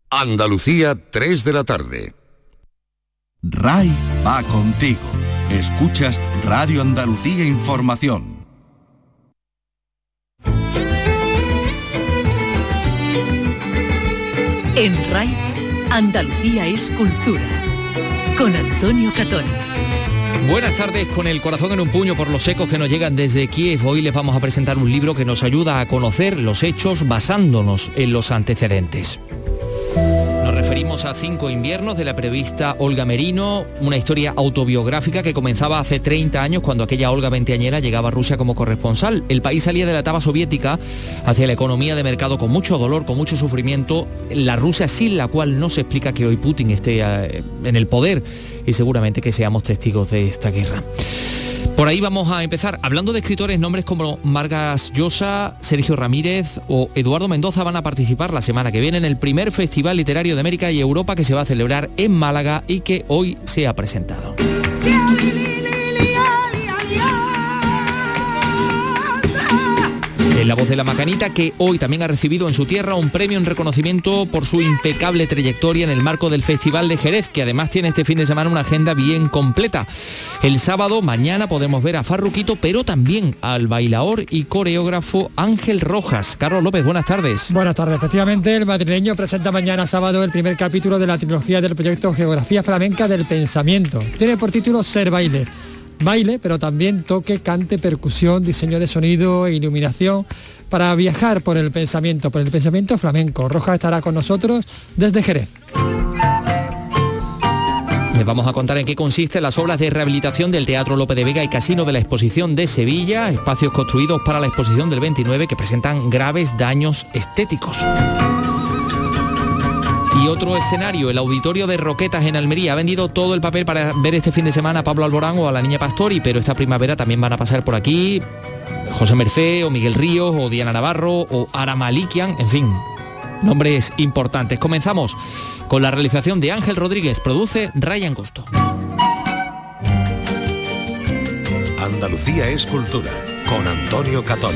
Andalucía, 3 de la tarde. RAI va contigo. Escuchas Radio Andalucía Información. En RAI, Andalucía es cultura. Con Antonio Catón. Buenas tardes, con el corazón en un puño por los ecos que nos llegan desde Kiev. Hoy les vamos a presentar un libro que nos ayuda a conocer los hechos basándonos en los antecedentes. Nos referimos a 5 inviernos de la periodista Olga Merino, una historia autobiográfica que comenzaba hace 30 años cuando aquella Olga veinteañera llegaba a Rusia como corresponsal. El país salía de la etapa soviética hacia la economía de mercado con mucho dolor, con mucho sufrimiento, la Rusia sin la cual no se explica que hoy Putin esté en el poder y seguramente que seamos testigos de esta guerra. Por ahí vamos a empezar. Hablando de escritores, nombres como Vargas Llosa, Sergio Ramírez o Eduardo Mendoza van a participar la semana que viene en el primer Festival Literario de América y Europa que se va a celebrar en Málaga y que hoy se ha presentado. La voz de la Macanita, que hoy también ha recibido en su tierra un premio en reconocimiento por su impecable trayectoria en el marco del Festival de Jerez, que además tiene este fin de semana una agenda bien completa. El sábado, mañana, podemos ver a Farruquito, pero también al bailaor y coreógrafo Ángel Rojas. Carlos López, buenas tardes. Buenas tardes. Efectivamente, el madrileño presenta mañana sábado el primer capítulo de la trilogía del proyecto Geografía Flamenca del Pensamiento. Tiene por título Ser Baile. Baile, pero también toque, cante, percusión, diseño de sonido e iluminación para viajar por el pensamiento flamenco. Rojas estará con nosotros desde Jerez. Les vamos a contar en qué consisten las obras de rehabilitación del Teatro Lope de Vega y Casino de la Exposición de Sevilla, espacios construidos para la exposición del 29 que presentan graves daños estéticos. Y otro escenario, el Auditorio de Roquetas en Almería. Ha vendido todo el papel para ver este fin de semana a Pablo Alborán o a la Niña Pastori, pero esta primavera también van a pasar por aquí José Mercé o Miguel Ríos o Diana Navarro o Ara Malikian, en fin, nombres importantes. Comenzamos con la realización de Ángel Rodríguez, produce Ryan Costo. Andalucía es cultura, con Antonio Catón.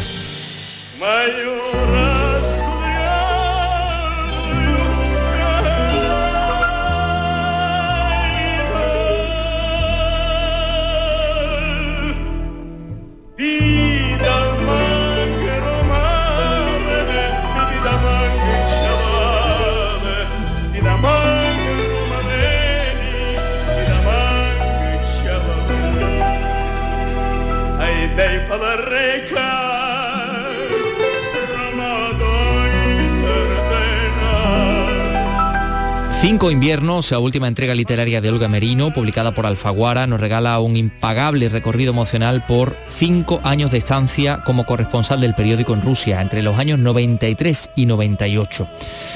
Cinco inviernos, la última entrega literaria de Olga Merino, publicada por Alfaguara, nos regala un impagable recorrido emocional por 5 años de estancia como corresponsal del periódico en Rusia, entre los años 93 y 98.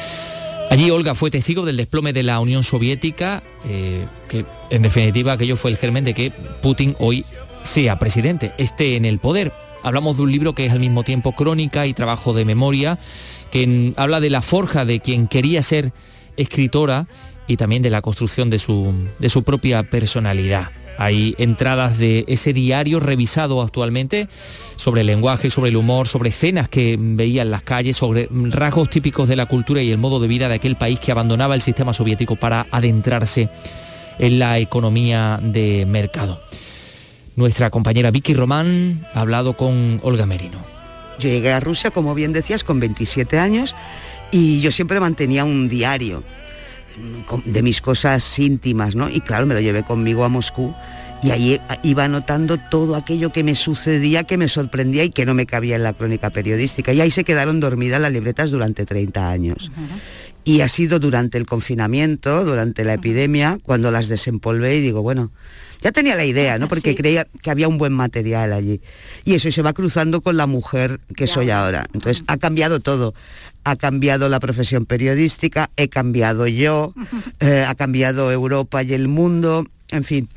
Allí Olga fue testigo del desplome de la Unión Soviética, que en definitiva aquello fue el germen de que Putin hoy sea presidente, esté en el poder. Hablamos de un libro que es al mismo tiempo crónica y trabajo de memoria, que habla de la forja de quien quería ser escritora y también de la construcción de su propia personalidad. Hay entradas de ese diario revisado actualmente sobre el lenguaje, sobre el humor, sobre escenas que veía en las calles, sobre rasgos típicos de la cultura y el modo de vida de aquel país que abandonaba el sistema soviético para adentrarse en la economía de mercado. Nuestra compañera Vicky Román ha hablado con Olga Merino. Yo llegué a Rusia, como bien decías, con 27 años y yo siempre mantenía un diario de mis cosas íntimas, ¿no? Y claro, me lo llevé conmigo a Moscú y ahí iba anotando todo aquello que me sucedía, que me sorprendía y que no me cabía en la crónica periodística. Y ahí se quedaron dormidas las libretas durante 30 años. Uh-huh. Y ha sido durante el confinamiento, durante la epidemia, cuando las desempolvé y digo, bueno, ya tenía la idea, ¿no? Porque creía que había un buen material allí. Y eso se va cruzando con la mujer que soy ahora. Entonces ha cambiado todo. Ha cambiado la profesión periodística, he cambiado yo, ha cambiado Europa y el mundo. en fin,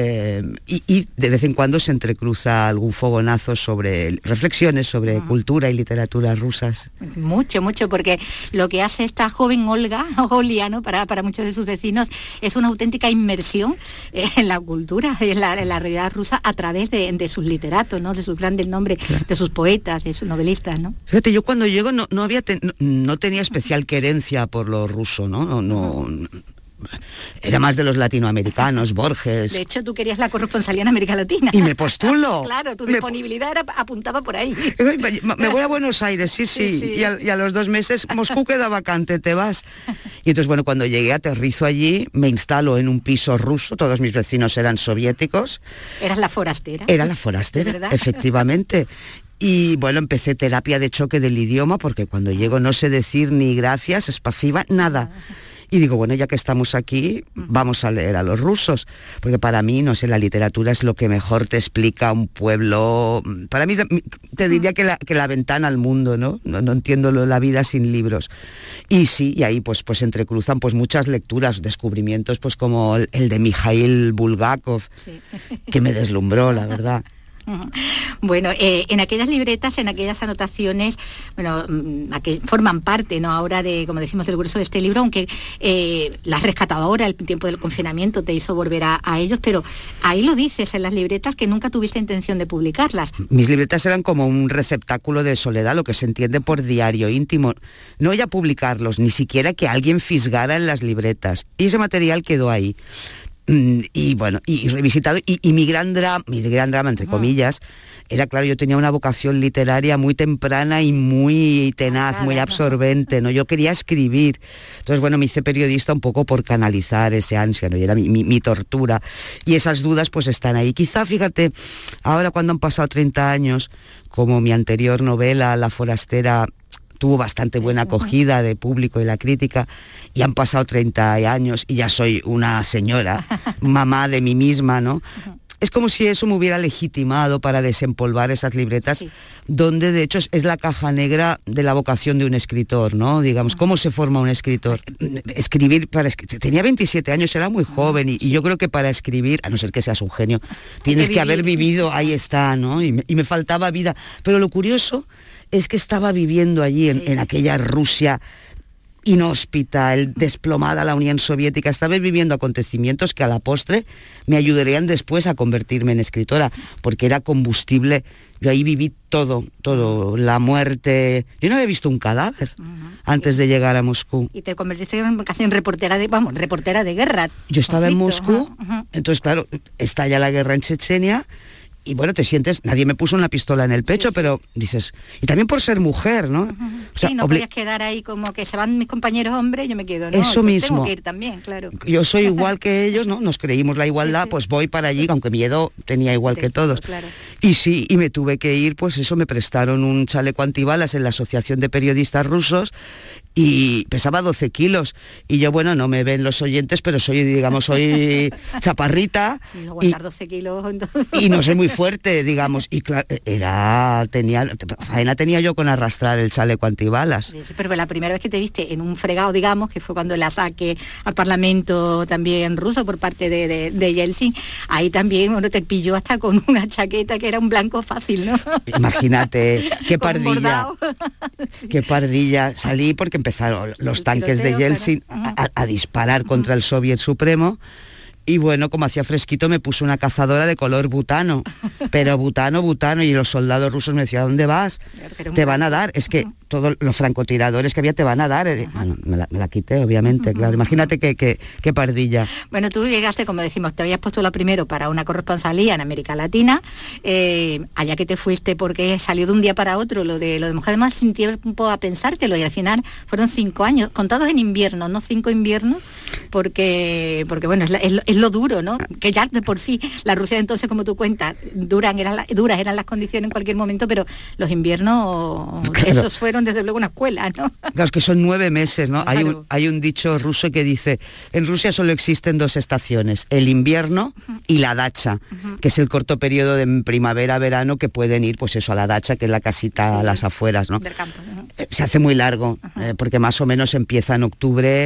y de vez en cuando se entrecruza algún fogonazo sobre reflexiones sobre cultura y literatura rusas. Mucho, porque lo que hace esta joven Olia, ¿no? para muchos de sus vecinos, es una auténtica inmersión en la cultura, en la realidad rusa, a través de sus literatos, ¿no? De sus grandes nombres, claro, de sus poetas, de sus novelistas, ¿no? Fíjate, yo cuando llego no tenía especial querencia por lo ruso, ¿no? Era más de los latinoamericanos, Borges. De hecho, tú querías la corresponsalía en América Latina. Y me postulo. Claro, tu disponibilidad apuntaba por ahí. Me voy a Buenos Aires, sí. Y a los 2 meses, Moscú queda vacante, te vas. Y entonces, bueno, cuando llegué, aterrizo allí, me instalo en un piso ruso, todos mis vecinos eran soviéticos. ¿Eras la forastera? Era la forastera, efectivamente. Y bueno, empecé terapia de choque del idioma, porque cuando llego no sé decir ni gracias, es pasiva, nada. Y digo, bueno, ya que estamos aquí, vamos a leer a los rusos, porque para mí, no sé, la literatura es lo que mejor te explica un pueblo. Para mí, te diría que la ventana al mundo, ¿no? No entiendo la vida sin libros. Y sí, y ahí pues entrecruzan pues muchas lecturas, descubrimientos pues como el de Mikhail Bulgakov, sí, que me deslumbró, la verdad. Bueno, en aquellas libretas, en aquellas anotaciones, bueno, que forman parte, ¿no? Ahora de, como decimos, del grueso de este libro, aunque las has rescatado ahora, el tiempo del confinamiento te hizo volver a ellos, pero ahí lo dices en las libretas que nunca tuviste intención de publicarlas. Mis libretas eran como un receptáculo de soledad, lo que se entiende por diario íntimo. No ya publicarlos, ni siquiera que alguien fisgara en las libretas. Y ese material quedó ahí. Y bueno, y revisitado, y mi gran drama, entre comillas, era, claro, yo tenía una vocación literaria muy temprana y muy tenaz, muy absorbente, ¿no? Yo quería escribir. Entonces, bueno, me hice periodista un poco por canalizar ese ansia, ¿no? Y era mi tortura. Y esas dudas pues están ahí. Quizá, fíjate, ahora cuando han pasado 30 años, como mi anterior novela, La forastera, tuvo bastante buena acogida de público y la crítica, y han pasado 30 años y ya soy una señora, mamá de mí misma, ¿no? Es como si eso me hubiera legitimado para desempolvar esas libretas, sí, donde de hecho es la caja negra de la vocación de un escritor, ¿no? Digamos, ¿cómo se forma un escritor? Escribir, tenía 27 años, era muy joven, y yo creo que para escribir, a no ser que seas un genio, tienes que haber vivido, ahí está, ¿no? Y me faltaba vida. Pero lo curioso es que estaba viviendo allí, en aquella Rusia inhóspita, desplomada la Unión Soviética, estaba viviendo acontecimientos que a la postre me ayudarían después a convertirme en escritora, porque era combustible. Yo ahí viví todo, la muerte. Yo no había visto un cadáver antes de llegar a Moscú. Y te convertiste casi en reportera de guerra. Yo estaba en Moscú, entonces claro, estalla la guerra en Chechenia. Y bueno, te sientes, nadie me puso una pistola en el pecho, sí, pero dices, y también por ser mujer, ¿no? O sea, sí, no podías quedar ahí como que se van mis compañeros hombres, yo me quedo, ¿no? Eso mismo. Tengo que ir también, claro. Yo soy igual que ellos, ¿no? Nos creímos la igualdad, sí. Pues voy para allí, aunque miedo tenía igual que todos. Claro. Y sí, y me tuve que ir, pues eso, me prestaron un chaleco antibalas en la Asociación de Periodistas Rusos, y pesaba 12 kilos. Y yo, bueno, no me ven los oyentes, pero soy chaparrita. Y aguantar 12 kilos. Y no soy muy fuerte, digamos. Y claro, faena tenía yo con arrastrar el chaleco antibalas. Sí, pero la primera vez que te viste en un fregado, digamos, que fue cuando el ataque al Parlamento también ruso por parte de Yeltsin, ahí también uno te pilló hasta con una chaqueta que era un blanco fácil, ¿no? Imagínate, qué pardilla. Qué pardilla. Salí porque empezaron los tanques de Yeltsin a disparar contra el Soviet Supremo. Y bueno, como hacía fresquito, me puse una cazadora de color butano, pero butano, y los soldados rusos me decían, ¿dónde vas? Te van a dar, es que todos los francotiradores que había te van a dar. Bueno, me la quité, obviamente, claro. Imagínate qué pardilla. Bueno, tú llegaste, como decimos, te habías puesto lo primero para una corresponsalía en América Latina, allá que te fuiste porque salió de un día para otro lo de Mujer, además sin tiempo a pensártelo, y al final fueron 5 años, contados en invierno, no 5 inviernos, porque bueno, es lo duro, ¿no? Que ya de por sí, la Rusia de entonces, como tú cuentas, duras eran las condiciones en cualquier momento, pero los inviernos, claro, esos fueron desde luego una escuela, ¿no? Claro, es que son 9 meses, ¿no? Claro. Hay un dicho ruso que dice, en Rusia solo existen 2 estaciones, el invierno y la dacha, que es el corto periodo de primavera-verano que pueden ir, pues eso, a la dacha, que es la casita a las afueras, ¿no? Del campo, Se hace muy largo, porque más o menos empieza en octubre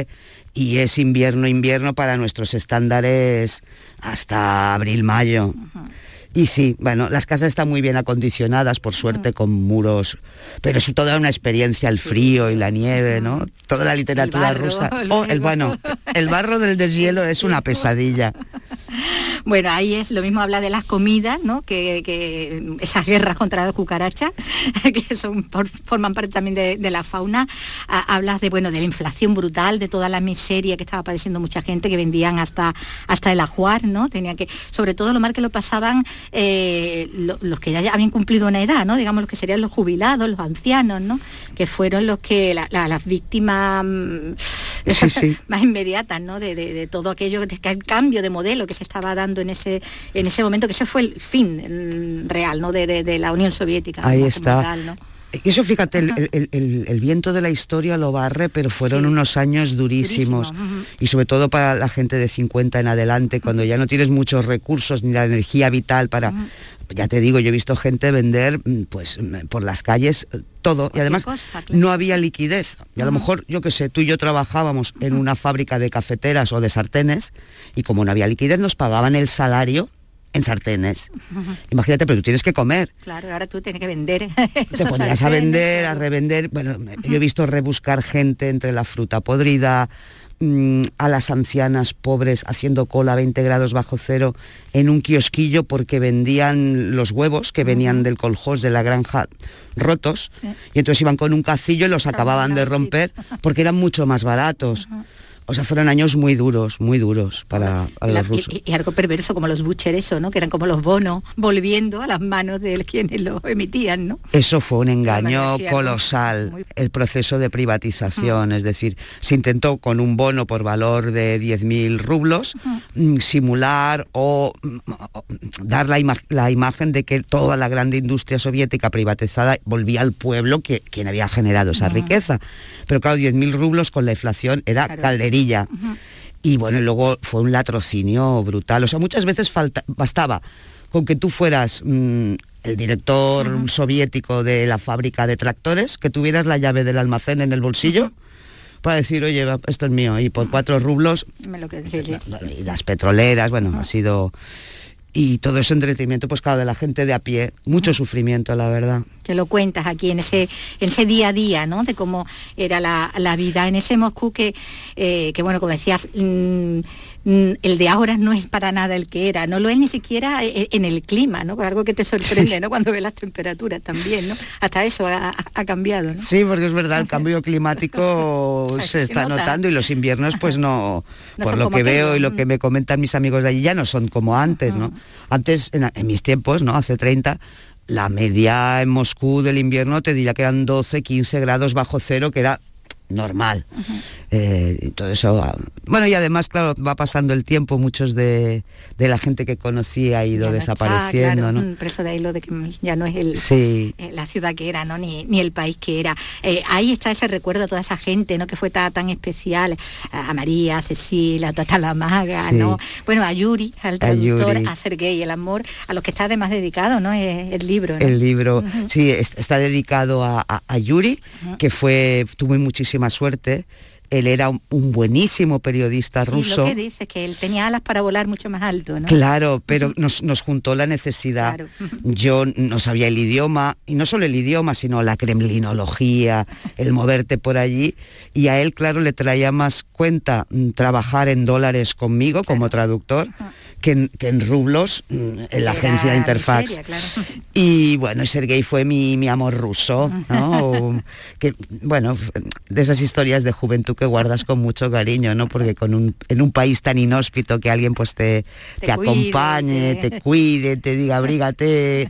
y es invierno para nuestros estándares hasta abril-mayo. Y sí, bueno, las casas están muy bien acondicionadas, por suerte, con muros, pero es toda una experiencia, el frío y la nieve, ¿no? Toda la literatura rusa. El barro del deshielo es una pesadilla. Bueno, ahí es lo mismo, habla de las comidas, ¿no? Que esas guerras contra las cucarachas, que forman parte también de la fauna. Hablas de la inflación brutal, de toda la miseria que estaba padeciendo mucha gente, que vendían hasta el ajuar, ¿no? Tenían que, sobre todo lo mal que lo pasaban los que ya habían cumplido una edad, ¿no? Digamos, los que serían los jubilados, los ancianos, ¿no? Que fueron los que las víctimas más inmediatas, ¿no? De todo aquello, el cambio de modelo que se estaba dando en ese momento, que ese fue el fin real, ¿no? de la Unión Soviética. Ahí está. Real, ¿no? Eso, fíjate, el viento de la historia lo barre, pero fueron unos años durísimos. Y sobre todo para la gente de 50 en adelante, cuando ya no tienes muchos recursos ni la energía vital para... Ya te digo, yo he visto gente vender pues por las calles todo, y además no había liquidez. Y a lo mejor, yo qué sé, tú y yo trabajábamos en una fábrica de cafeteras o de sartenes, y como no había liquidez nos pagaban el salario en sartenes. Imagínate, pero tú tienes que comer. Claro, ahora tú tienes que vender. Te ponías a vender, a revender. Bueno, yo he visto rebuscar gente entre la fruta podrida, a las ancianas pobres haciendo cola a 20 grados bajo cero en un kiosquillo porque vendían los huevos que venían del coljós de la granja rotos, y entonces iban con un cacillo y los acababan de romper porque eran mucho más baratos. O sea, fueron años muy duros para los rusos. Y algo perverso, como los butcher, eso, ¿no? Que eran como los bonos, volviendo a las manos de quienes lo emitían, ¿no? Eso fue un engaño colosal, el proceso de privatización. Es decir, se intentó con un bono por valor de 10.000 rublos simular o dar la imagen de que toda la gran industria soviética privatizada volvía al pueblo quien había generado esa riqueza. Pero claro, 10.000 rublos con la inflación era calderilla. Y bueno, y luego fue un latrocinio brutal. O sea, muchas veces bastaba con que tú fueras el director soviético de la fábrica de tractores, que tuvieras la llave del almacén en el bolsillo, para decir, oye, esto es mío, y por 4 rublos, y las petroleras, bueno, ha sido... Y todo ese entretenimiento, pues claro, de la gente de a pie, mucho sufrimiento, la verdad. Que lo cuentas aquí en ese día a día, ¿no? De cómo era la vida en ese Moscú que bueno, como decías, el de ahora no es para nada el que era, no lo es ni siquiera en el clima, ¿no? Algo que te sorprende, ¿no? Cuando ves las temperaturas también, ¿no? Hasta eso ha cambiado, ¿no? Sí, porque es verdad, el cambio climático se está notando, y los inviernos, pues no por lo que veo y lo que me comentan mis amigos de allí, ya no son como antes, ¿no? Antes, en mis tiempos, ¿no? Hace 30, la media en Moscú del invierno te diría que eran 12, 15 grados bajo cero, que era normal. Todo eso, bueno, y además, claro, va pasando el tiempo, muchos de la gente que conocí ha ido desapareciendo, claro, ¿no? Por eso de ahí lo de que ya no es la ciudad que era, ¿no? Ni el país que era. Ahí está ese recuerdo a toda esa gente, ¿no? Que fue tan especial, a María, a Cecilia, a Tata la Maga, ¿no? Bueno, a Yuri, al traductor, a Sergei, el amor, a los que está además dedicado, ¿no? El libro, ¿no? El libro, sí, está dedicado a Yuri, que tuvo muchísima suerte. Él era un buenísimo periodista ruso. Lo que dice, que él tenía alas para volar mucho más alto, ¿no? Claro, pero nos juntó la necesidad. Claro. Yo no sabía el idioma, y no solo el idioma, sino la kremlinología, el moverte por allí, y a él, claro, le traía más cuenta trabajar en dólares conmigo como traductor que en rublos en la agencia de Interfax. Miseria, claro. Y bueno, Sergei fue mi amor ruso, ¿no? Que, bueno, de esas historias de juventud que guardas con mucho cariño, ¿no? Porque en un país tan inhóspito, que alguien pues te acompañe, te cuide, te diga abrígate,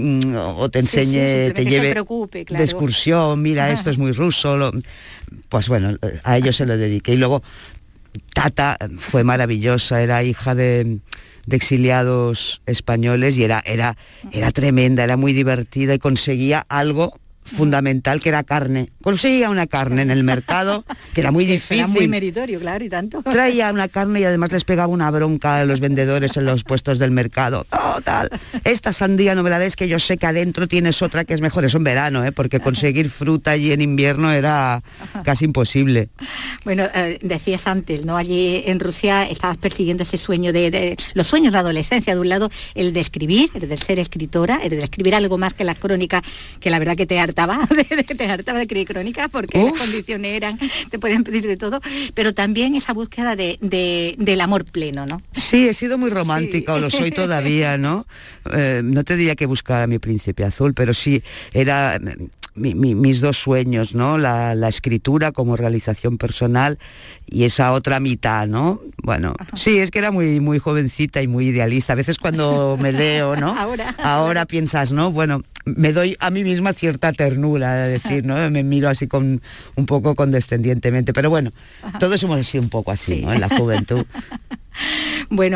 o te enseñe, te lleve de excursión, mira, esto es muy ruso, pues bueno, a ellos se lo dediqué. Y luego Tata fue maravillosa, era hija de exiliados españoles, y era tremenda, era muy divertida, y conseguía algo fundamental, que era carne. Conseguía una carne en el mercado, que era muy difícil. Era muy meritorio, claro, y tanto. Traía una carne y además les pegaba una bronca a los vendedores en los puestos del mercado. Oh, tal. Esta sandía no me la des, que yo sé que adentro tienes otra que es mejor. Eso en verano, porque conseguir fruta allí en invierno era casi imposible. Bueno, decías antes, ¿no? Allí en Rusia estabas persiguiendo ese sueño de los sueños de adolescencia. De un lado, el de escribir, el de ser escritora, el de escribir algo más que las crónicas, que la verdad que te hartaba de escribir crónicas, porque las condiciones te podían pedir de todo, pero también esa búsqueda del amor pleno, ¿no? Sí, he sido muy romántica, o lo soy todavía, ¿no? No te diría que buscara a mi príncipe azul, pero sí, era mis dos sueños, ¿no? La escritura como realización personal y esa otra mitad, ¿no? Bueno, sí, es que era muy, muy jovencita y muy idealista. A veces cuando me leo, ¿no? Ahora piensas, ¿no? Bueno, me doy a mí misma cierta ternura, es decir, ¿no? Me miro así un poco condescendientemente, pero bueno, todos hemos sido un poco así, ¿no? En la juventud. Bueno,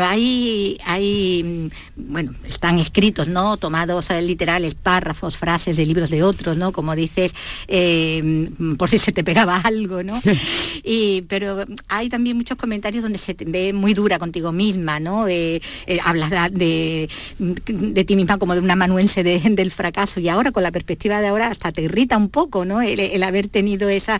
bueno, están escritos, ¿no? Tomados literales, párrafos, frases de libros de otros, ¿no? Como dices, por si se te pegaba algo, ¿no? Pero hay también muchos comentarios donde se te ve muy dura contigo misma, ¿no? Hablas de ti misma como de una amanuense del fracaso, y ahora, con la perspectiva de ahora, hasta te irrita un poco, ¿no? El haber tenido esa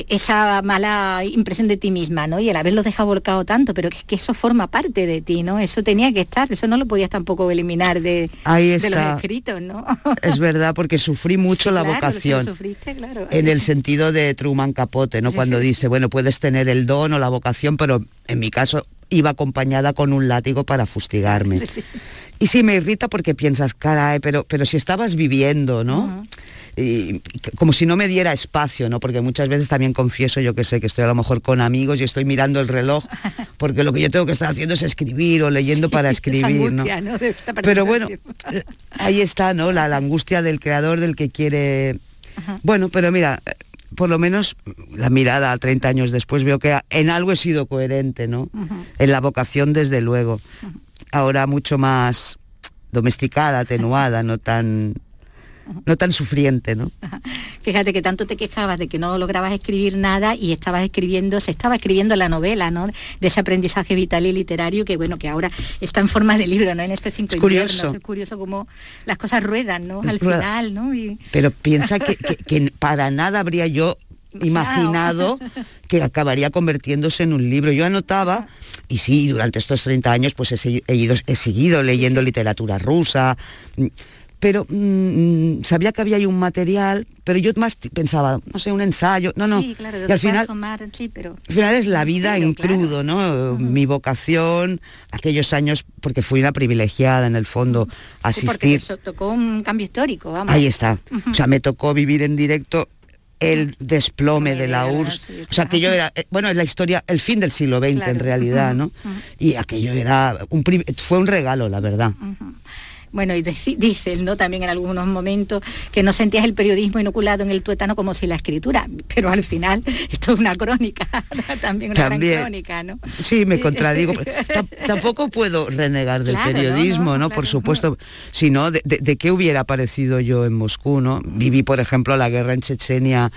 mala impresión de ti misma, ¿no? Y el haberlo dejado volcado tanto, pero que eso forma parte de ti, ¿no? Eso tenía que estar, eso no lo podías tampoco eliminar de los escritos, ¿no? Es verdad, porque sufrí mucho la vocación. Sí, sufriste, claro. En el sentido de Truman Capote, ¿no? Cuando dice, bueno, puedes tener el don o la vocación, pero en mi caso iba acompañada con un látigo para fustigarme. Sí. Y sí, me irrita porque piensas, caray, pero si estabas viviendo, ¿no? Y como si no me diera espacio, ¿no? Porque muchas veces también confieso, yo que sé, que estoy a lo mejor con amigos y estoy mirando el reloj, porque lo que yo tengo que estar haciendo es escribir o leyendo para escribir, angustia, ¿no? Pero bueno, ahí está, ¿no? La angustia del creador, del que quiere... Bueno, pero mira, por lo menos la mirada 30 años después veo que en algo he sido coherente, ¿no? En la vocación, desde luego. Ahora mucho más domesticada, atenuada, no tan sufriente, ¿no? Fíjate que tanto te quejabas de que no lograbas escribir nada y se estaba escribiendo la novela, ¿no? De ese aprendizaje vital y literario que, bueno, que ahora está en forma de libro, ¿no? En este 5 inviernos. Es curioso cómo las cosas ruedan, ¿no? Al final, ¿no? Pero piensa que para nada habría yo imaginado que acabaría convirtiéndose en un libro. Yo anotaba, y sí, durante estos 30 años pues he seguido leyendo literatura rusa, pero sabía que había ahí un material, pero yo más pensaba, no sé, un ensayo, no. Sí, claro, y al final, pero... al final es la vida en crudo, ¿no? Mi vocación, aquellos años, porque fui una privilegiada en el fondo, asistir. Sí, porque tocó un cambio histórico, vamos. Ahí está. O sea, me tocó vivir en directo el desplome de la URSS, o sea, aquello era, bueno, es la historia, el fin del siglo XX, en realidad, ¿no? Y aquello era, fue un regalo, la verdad. Bueno, y dices, ¿no? También en algunos momentos que no sentías el periodismo inoculado en el tuétano como si la escritura, pero al final esto es una crónica, también una gran crónica, ¿no? Sí, me contradigo. Tampoco puedo renegar del periodismo, ¿no? Por supuesto, si no, ¿de qué hubiera aparecido yo en Moscú, no? Viví, por ejemplo, la guerra en Chechenia,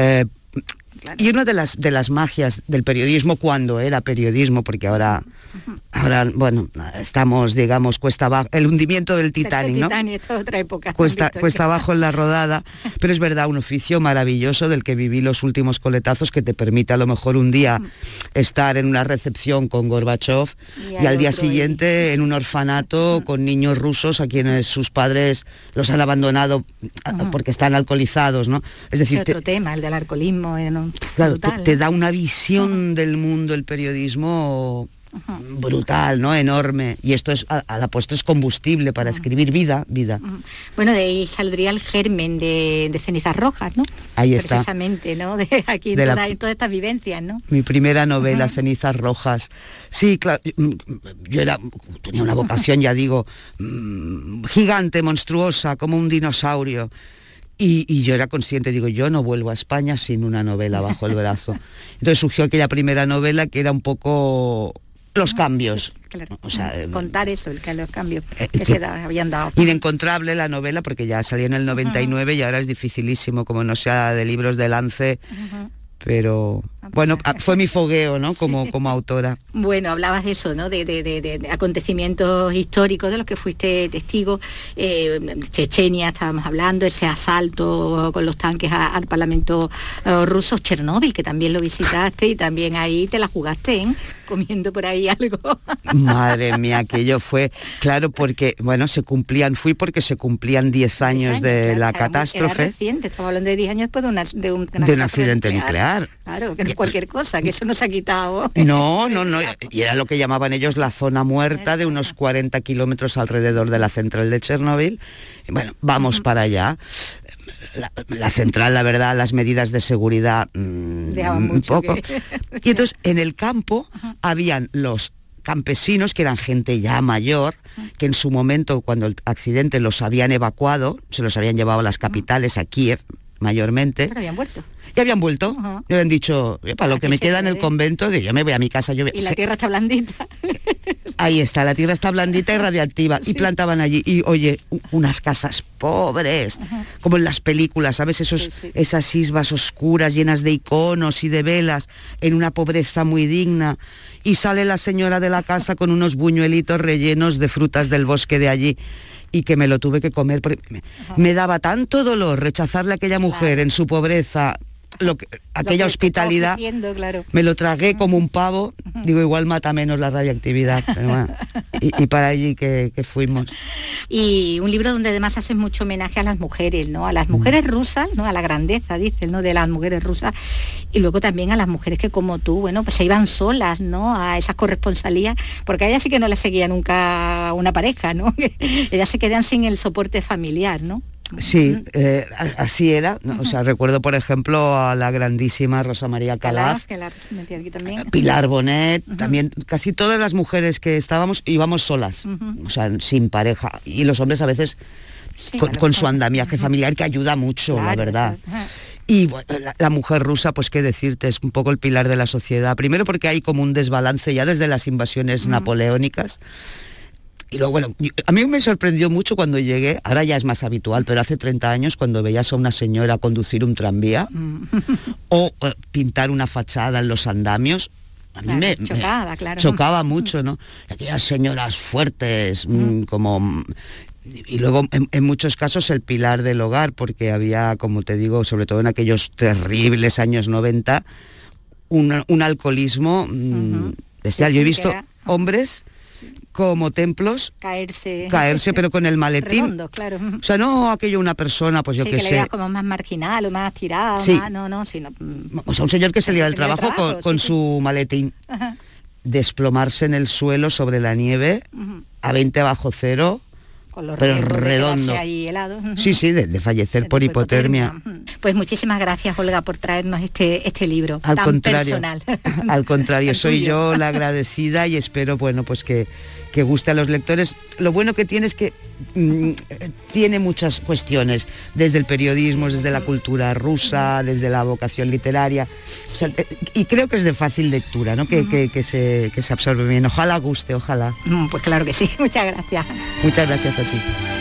y una de las magias del periodismo, cuando era periodismo, porque ahora bueno, estamos, digamos, cuesta abajo, el hundimiento del Titanic, ¿no? Esta es otra época. Cuesta abajo en la rodada, pero es verdad, un oficio maravilloso del que viví los últimos coletazos, que te permite a lo mejor un día estar en una recepción con Gorbachov y al día siguiente en un orfanato con niños rusos a quienes sus padres los han abandonado porque están alcoholizados, ¿no? Es decir, otro tema, el del alcoholismo, ¿no? Claro, te da una visión del mundo, el periodismo brutal, ¿no? Enorme. Y esto es, a la postre, es combustible para escribir vida. Bueno, de ahí saldría el germen de Cenizas Rojas, ¿no? Ahí está. Precisamente, ¿no? De aquí, de todas estas vivencias, ¿no? Mi primera novela, Cenizas Rojas. Sí, claro, yo tenía una vocación, ya digo, gigante, monstruosa, como un dinosaurio. Y yo era consciente, digo, yo no vuelvo a España sin una novela bajo el brazo. Entonces surgió aquella primera novela que era un poco los cambios. Claro, o sea, contar eso, los cambios que se habían dado. Inencontrable la novela, porque ya salió en el 99 y ahora es dificilísimo, como no sea de libros de Lance, pero bueno, fue mi fogueo, ¿no? Como autora. Bueno, hablabas de eso, ¿no? De acontecimientos históricos de los que fuiste testigo. Chechenia, estábamos hablando, ese asalto con los tanques al Parlamento ruso, Chernóbil, que también lo visitaste y también ahí te la jugaste, ¿eh? Comiendo por ahí algo. Madre mía, aquello fue, claro, porque, bueno, fui porque se cumplían 10 años de la catástrofe. Era reciente, estamos hablando de 10 años después de un accidente nuclear. Claro, que no es cualquier cosa, que eso no se ha quitado. No, y era lo que llamaban ellos la zona muerta, de unos 40 kilómetros alrededor de la central de Chernóbil. Bueno, vamos para allá. La central, la verdad, las medidas de seguridad un poco. Y entonces en el campo habían los campesinos, que eran gente ya mayor, que en su momento, cuando el accidente, los habían evacuado, se los habían llevado a las capitales, a Kiev mayormente. Pero habían vuelto. Ya habían vuelto, me habían dicho, para lo que me queda en el convento, yo me voy a mi casa. Y la tierra está blandita. Ahí está, la tierra está blandita y radiactiva. Sí. Y plantaban allí, y oye, unas casas pobres, como en las películas, ¿sabes? Esas isbas oscuras llenas de iconos y de velas, en una pobreza muy digna. Y sale la señora de la casa con unos buñuelitos rellenos de frutas del bosque de allí. Y que me lo tuve que comer, porque me daba tanto dolor rechazarle a aquella mujer en su pobreza, aquella hospitalidad, claro. Me lo tragué como un pavo, digo, igual mata menos la radiactividad, pero bueno, y para allí que fuimos. Y un libro donde además haces mucho homenaje a las mujeres, ¿no? A las mujeres rusas, ¿no? A la grandeza, dices, ¿no? De las mujeres rusas, y luego también a las mujeres que como tú, bueno, pues se iban solas, ¿no? A esas corresponsalías, porque a ellas sí que no les seguía nunca una pareja, ¿no? Ellas se quedan sin el soporte familiar, ¿no? Sí, así era, ¿no? O sea, recuerdo por ejemplo a la grandísima Rosa María Calaf, Pilar Bonet, también casi todas las mujeres que íbamos solas, o sea, sin pareja, y los hombres a veces con su andamiaje familiar, que ayuda mucho, la verdad. Y bueno, la mujer rusa, pues qué decirte, es un poco el pilar de la sociedad, primero porque hay como un desbalance ya desde las invasiones napoleónicas. Y luego, bueno, a mí me sorprendió mucho cuando llegué, ahora ya es más habitual, pero hace 30 años cuando veías a una señora conducir un tranvía o pintar una fachada en los andamios, a mí me chocaba mucho, ¿no? Aquellas señoras fuertes, como... Y luego, en muchos casos, el pilar del hogar, porque había, como te digo, sobre todo en aquellos terribles años 90, un alcoholismo bestial. Yo he visto hombres... como templos, caerse pero con el maletín. Redondo, claro. O sea, no aquello una persona, pues yo qué sé. Que le veas como más marginal o más tirado, sí. Sino... O sea, un señor que salía del trabajo con su maletín. Desplomarse en el suelo sobre la nieve, a 20 bajo cero, pero redondo. Ahí helado. Sí, de fallecer por hipotermia. Pues muchísimas gracias, Olga, por traernos este libro tan personal. Al contrario, soy yo la agradecida y espero, bueno, pues que guste a los lectores. Lo bueno que tiene es que tiene muchas cuestiones, desde el periodismo, desde la cultura rusa, desde la vocación literaria, o sea, y creo que es de fácil lectura, ¿no? Que se absorbe bien. Ojalá guste, ojalá. Pues claro que sí, muchas gracias. Muchas gracias a ti.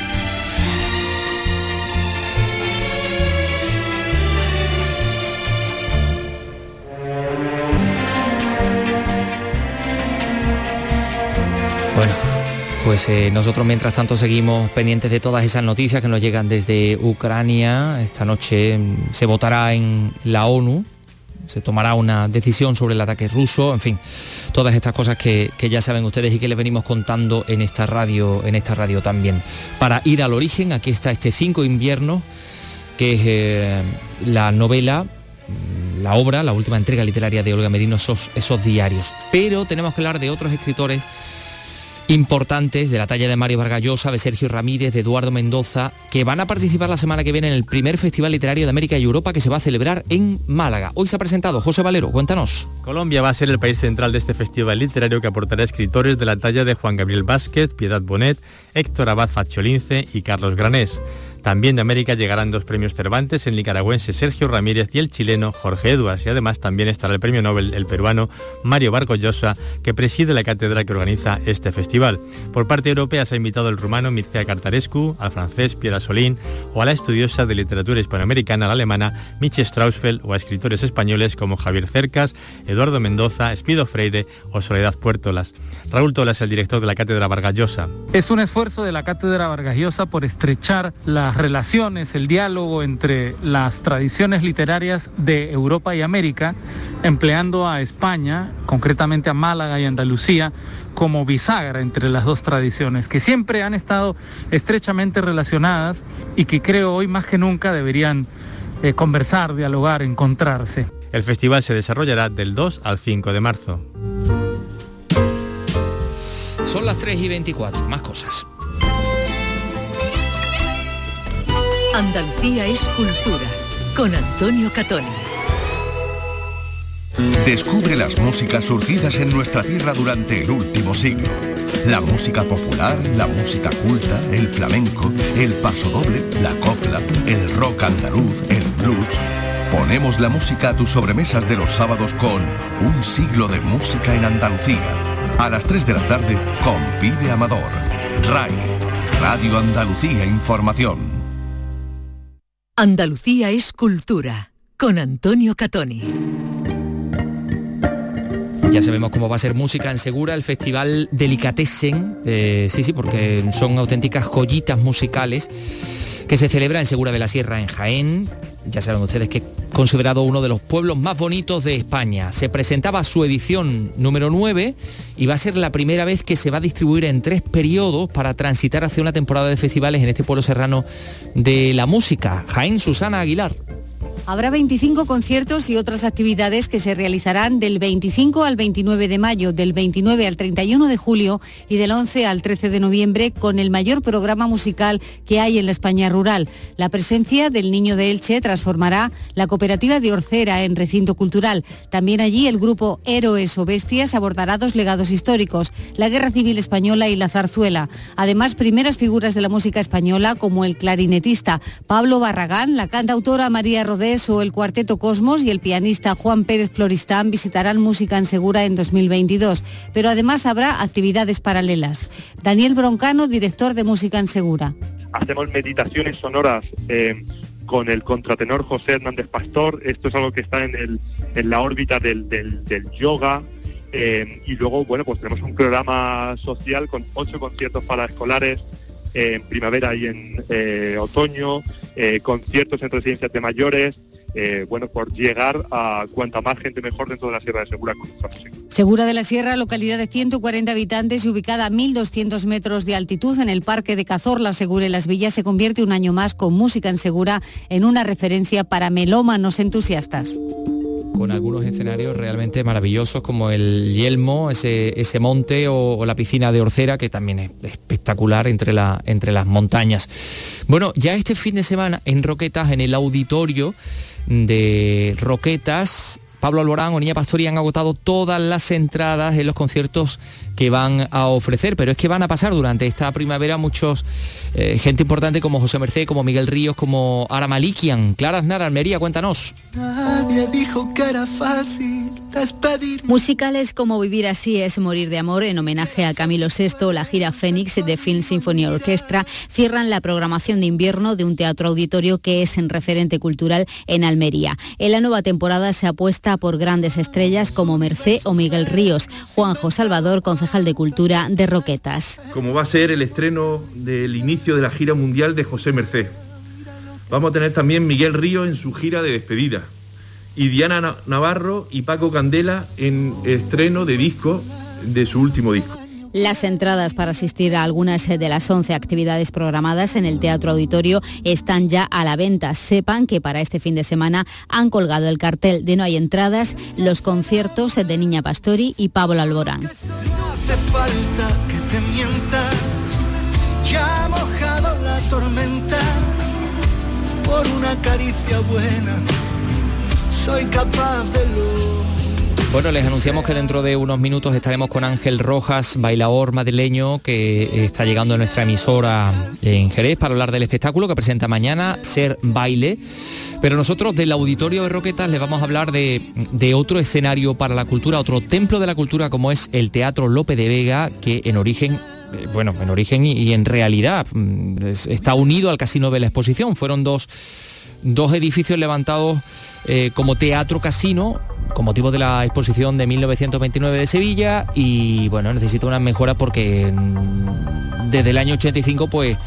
Bueno, pues nosotros mientras tanto seguimos pendientes de todas esas noticias que nos llegan desde Ucrania. Esta noche se votará en la ONU, se tomará una decisión sobre el ataque ruso, en fin, todas estas cosas que ya saben ustedes y que les venimos contando en esta radio también. Para ir al origen, aquí está este 5 inviernos, que es la novela, la obra, la última entrega literaria de Olga Merino, esos diarios. Pero tenemos que hablar de otros escritores importantes, de la talla de Mario Vargas Llosa, de Sergio Ramírez, de Eduardo Mendoza, que van a participar la semana que viene en el primer Festival Literario de América y Europa, que se va a celebrar en Málaga. Hoy se ha presentado José Valero, cuéntanos. Colombia va a ser el país central de este festival literario, que aportará escritores de la talla de Juan Gabriel Vázquez, Piedad Bonet, Héctor Abad Faciolince y Carlos Granés. También de América llegarán 2 premios Cervantes, el nicaragüense Sergio Ramírez y el chileno Jorge Edwards, y además también estará el premio Nobel, el peruano Mario Vargas Llosa, que preside la cátedra que organiza este festival. Por parte europea se ha invitado al rumano Mircea Cartarescu, al francés Pierre Asolin o a la estudiosa de literatura hispanoamericana, la alemana Miche Strausfeld, o a escritores españoles como Javier Cercas, Eduardo Mendoza, Espido Freire o Soledad Puertolas. Raúl Tolas, el director de la cátedra Vargas Llosa. Es un esfuerzo de la cátedra Vargas Llosa por estrechar las relaciones, el diálogo entre las tradiciones literarias de Europa y América, empleando a España, concretamente a Málaga y Andalucía, como bisagra entre las dos tradiciones, que siempre han estado estrechamente relacionadas y que creo hoy más que nunca deberían conversar, dialogar, encontrarse. El festival se desarrollará del 2 al 5 de marzo. Son las 3:24, más cosas. Andalucía es cultura, con Antonio Catoni. Descubre las músicas surgidas en nuestra tierra durante el último siglo. La música popular, la música culta, el flamenco, el pasodoble, la copla, el rock andaluz, el blues. Ponemos la música a tus sobremesas de los sábados con Un siglo de música en Andalucía. A las 3 de la tarde con Pibe Amador. RAI, Radio Andalucía Información. Andalucía es cultura, con Antonio Catoni. Ya sabemos cómo va a ser música en Segura, el festival Delicatessen, sí, porque son auténticas joyitas musicales que se celebra en Segura de la Sierra, en Jaén. Ya saben ustedes que es considerado uno de los pueblos más bonitos de España. Se presentaba su edición número 9 y va a ser la primera vez que se va a distribuir en 3 periodos para transitar hacia una temporada de festivales en este pueblo serrano de la música. Jaén, Susana Aguilar. Habrá 25 conciertos y otras actividades que se realizarán del 25 al 29 de mayo, del 29 al 31 de julio y del 11 al 13 de noviembre, con el mayor programa musical que hay en la España rural. La presencia del Niño de Elche transformará la cooperativa de Orcera en recinto cultural. También allí el grupo Héroes o Bestias abordará 2 legados históricos, la Guerra Civil Española y la zarzuela. Además, primeras figuras de la música española como el clarinetista Pablo Barragán, la cantautora María Rodés o el cuarteto Cosmos y el pianista Juan Pérez Floristán visitarán Música en Segura en 2022, pero además habrá actividades paralelas. Daniel Broncano, director de Música en Segura. Hacemos meditaciones sonoras con el contratenor José Hernández Pastor. Esto es algo que está en la órbita del yoga. Y luego, bueno, pues tenemos un programa social con 8 conciertos para escolares en primavera y en otoño, conciertos en residencias de mayores, bueno, por llegar a cuanta más gente mejor dentro de la Sierra de Segura con nuestra música. Segura de la Sierra, localidad de 140 habitantes y ubicada a 1.200 metros de altitud en el Parque de Cazorla, Segura y Las Villas, se convierte un año más con Música en Segura en una referencia para melómanos entusiastas. Con algunos escenarios realmente maravillosos como el Yelmo, ese monte o la piscina de Orcera, que también es espectacular entre las montañas. Bueno, ya este fin de semana en Roquetas, en el auditorio de Roquetas, Pablo Alborán o Niña Pastori han agotado todas las entradas en los conciertos que van a ofrecer, pero es que van a pasar durante esta primavera muchos gente importante como José Mercé, como Miguel Ríos, como Ara Malikian. Clara Aznar, Almería, cuéntanos. Nadie dijo que era fácil despedir. Musicales como Vivir así es morir de amor, en homenaje a Camilo VI, la gira Fénix de Film Symphony Orchestra, cierran la programación de invierno de un teatro auditorio que es un referente cultural en Almería. En la nueva temporada se apuesta por grandes estrellas como Mercé o Miguel Ríos. Juanjo Salvador, concejal de Cultura de Roquetas. Como va a ser el estreno del inicio de la gira mundial de José Mercé. Vamos a tener también Miguel Ríos en su gira de despedida y Diana Navarro y Paco Candela en estreno de disco de su último disco. Las entradas para asistir a algunas de las 11 actividades programadas en el Teatro Auditorio están ya a la venta. Sepan que para este fin de semana han colgado el cartel de No hay entradas, los conciertos de Niña Pastori y Pablo Alborán. No hace falta que te mientas, ya ha mojado la tormenta, por una caricia buena, soy capaz de lo... Bueno, les anunciamos que dentro de unos minutos estaremos con Ángel Rojas, bailaor madrileño, que está llegando a nuestra emisora en Jerez para hablar del espectáculo que presenta mañana, Ser Baile. Pero nosotros del Auditorio de Roquetas les vamos a hablar de otro escenario para la cultura, otro templo de la cultura como es el Teatro Lope de Vega, que en origen y en realidad está unido al Casino de la Exposición. Fueron dos edificios levantados como teatro casino con motivo de la exposición de 1929 de Sevilla, y bueno, necesita unas mejoras porque desde el año 85 pues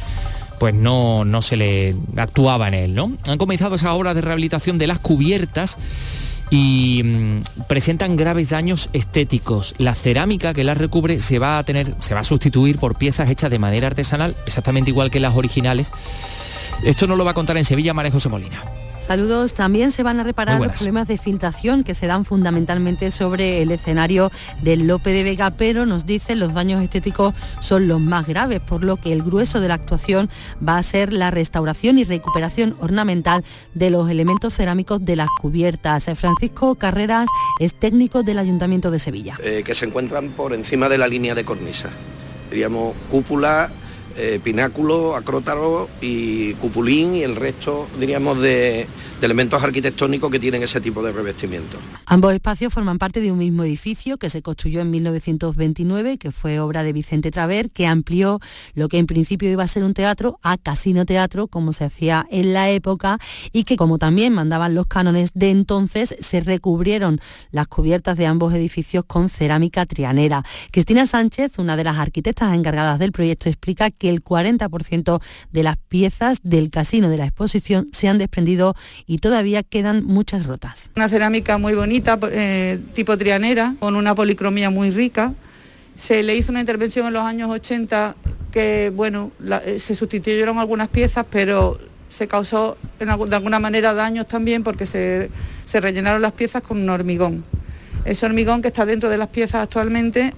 no se le actuaba en él, ¿no? Han comenzado esas obras de rehabilitación de las cubiertas y presentan graves daños estéticos. La cerámica que las recubre se va a sustituir por piezas hechas de manera artesanal, exactamente igual que las originales. Esto nos lo va a contar en Sevilla María José Molina. Saludos. También se van a reparar los problemas de filtración que se dan fundamentalmente sobre el escenario del Lope de Vega, pero nos dicen los daños estéticos son los más graves, por lo que el grueso de la actuación va a ser la restauración y recuperación ornamental de los elementos cerámicos de las cubiertas. Francisco Carreras es técnico del Ayuntamiento de Sevilla. Que se encuentran por encima de la línea de cornisa, diríamos cúpula, pináculo, acrótalo y cupulín, y el resto, diríamos, de elementos arquitectónicos que tienen ese tipo de revestimiento. Ambos espacios forman parte de un mismo edificio que se construyó en 1929, que fue obra de Vicente Traver, que amplió lo que en principio iba a ser un teatro a casino teatro, como se hacía en la época, y que, como también mandaban los cánones de entonces, se recubrieron las cubiertas de ambos edificios con cerámica trianera. Cristina Sánchez, una de las arquitectas encargadas del proyecto, explica que el 40% de las piezas del casino de la Exposición se han desprendido y todavía quedan muchas rotas. Una cerámica muy bonita, tipo trianera, con una policromía muy rica. Se le hizo una intervención en los años 80 que, bueno, se sustituyeron algunas piezas, pero se causó de alguna manera daños también porque se rellenaron las piezas con un hormigón. Ese hormigón que está dentro de las piezas actualmente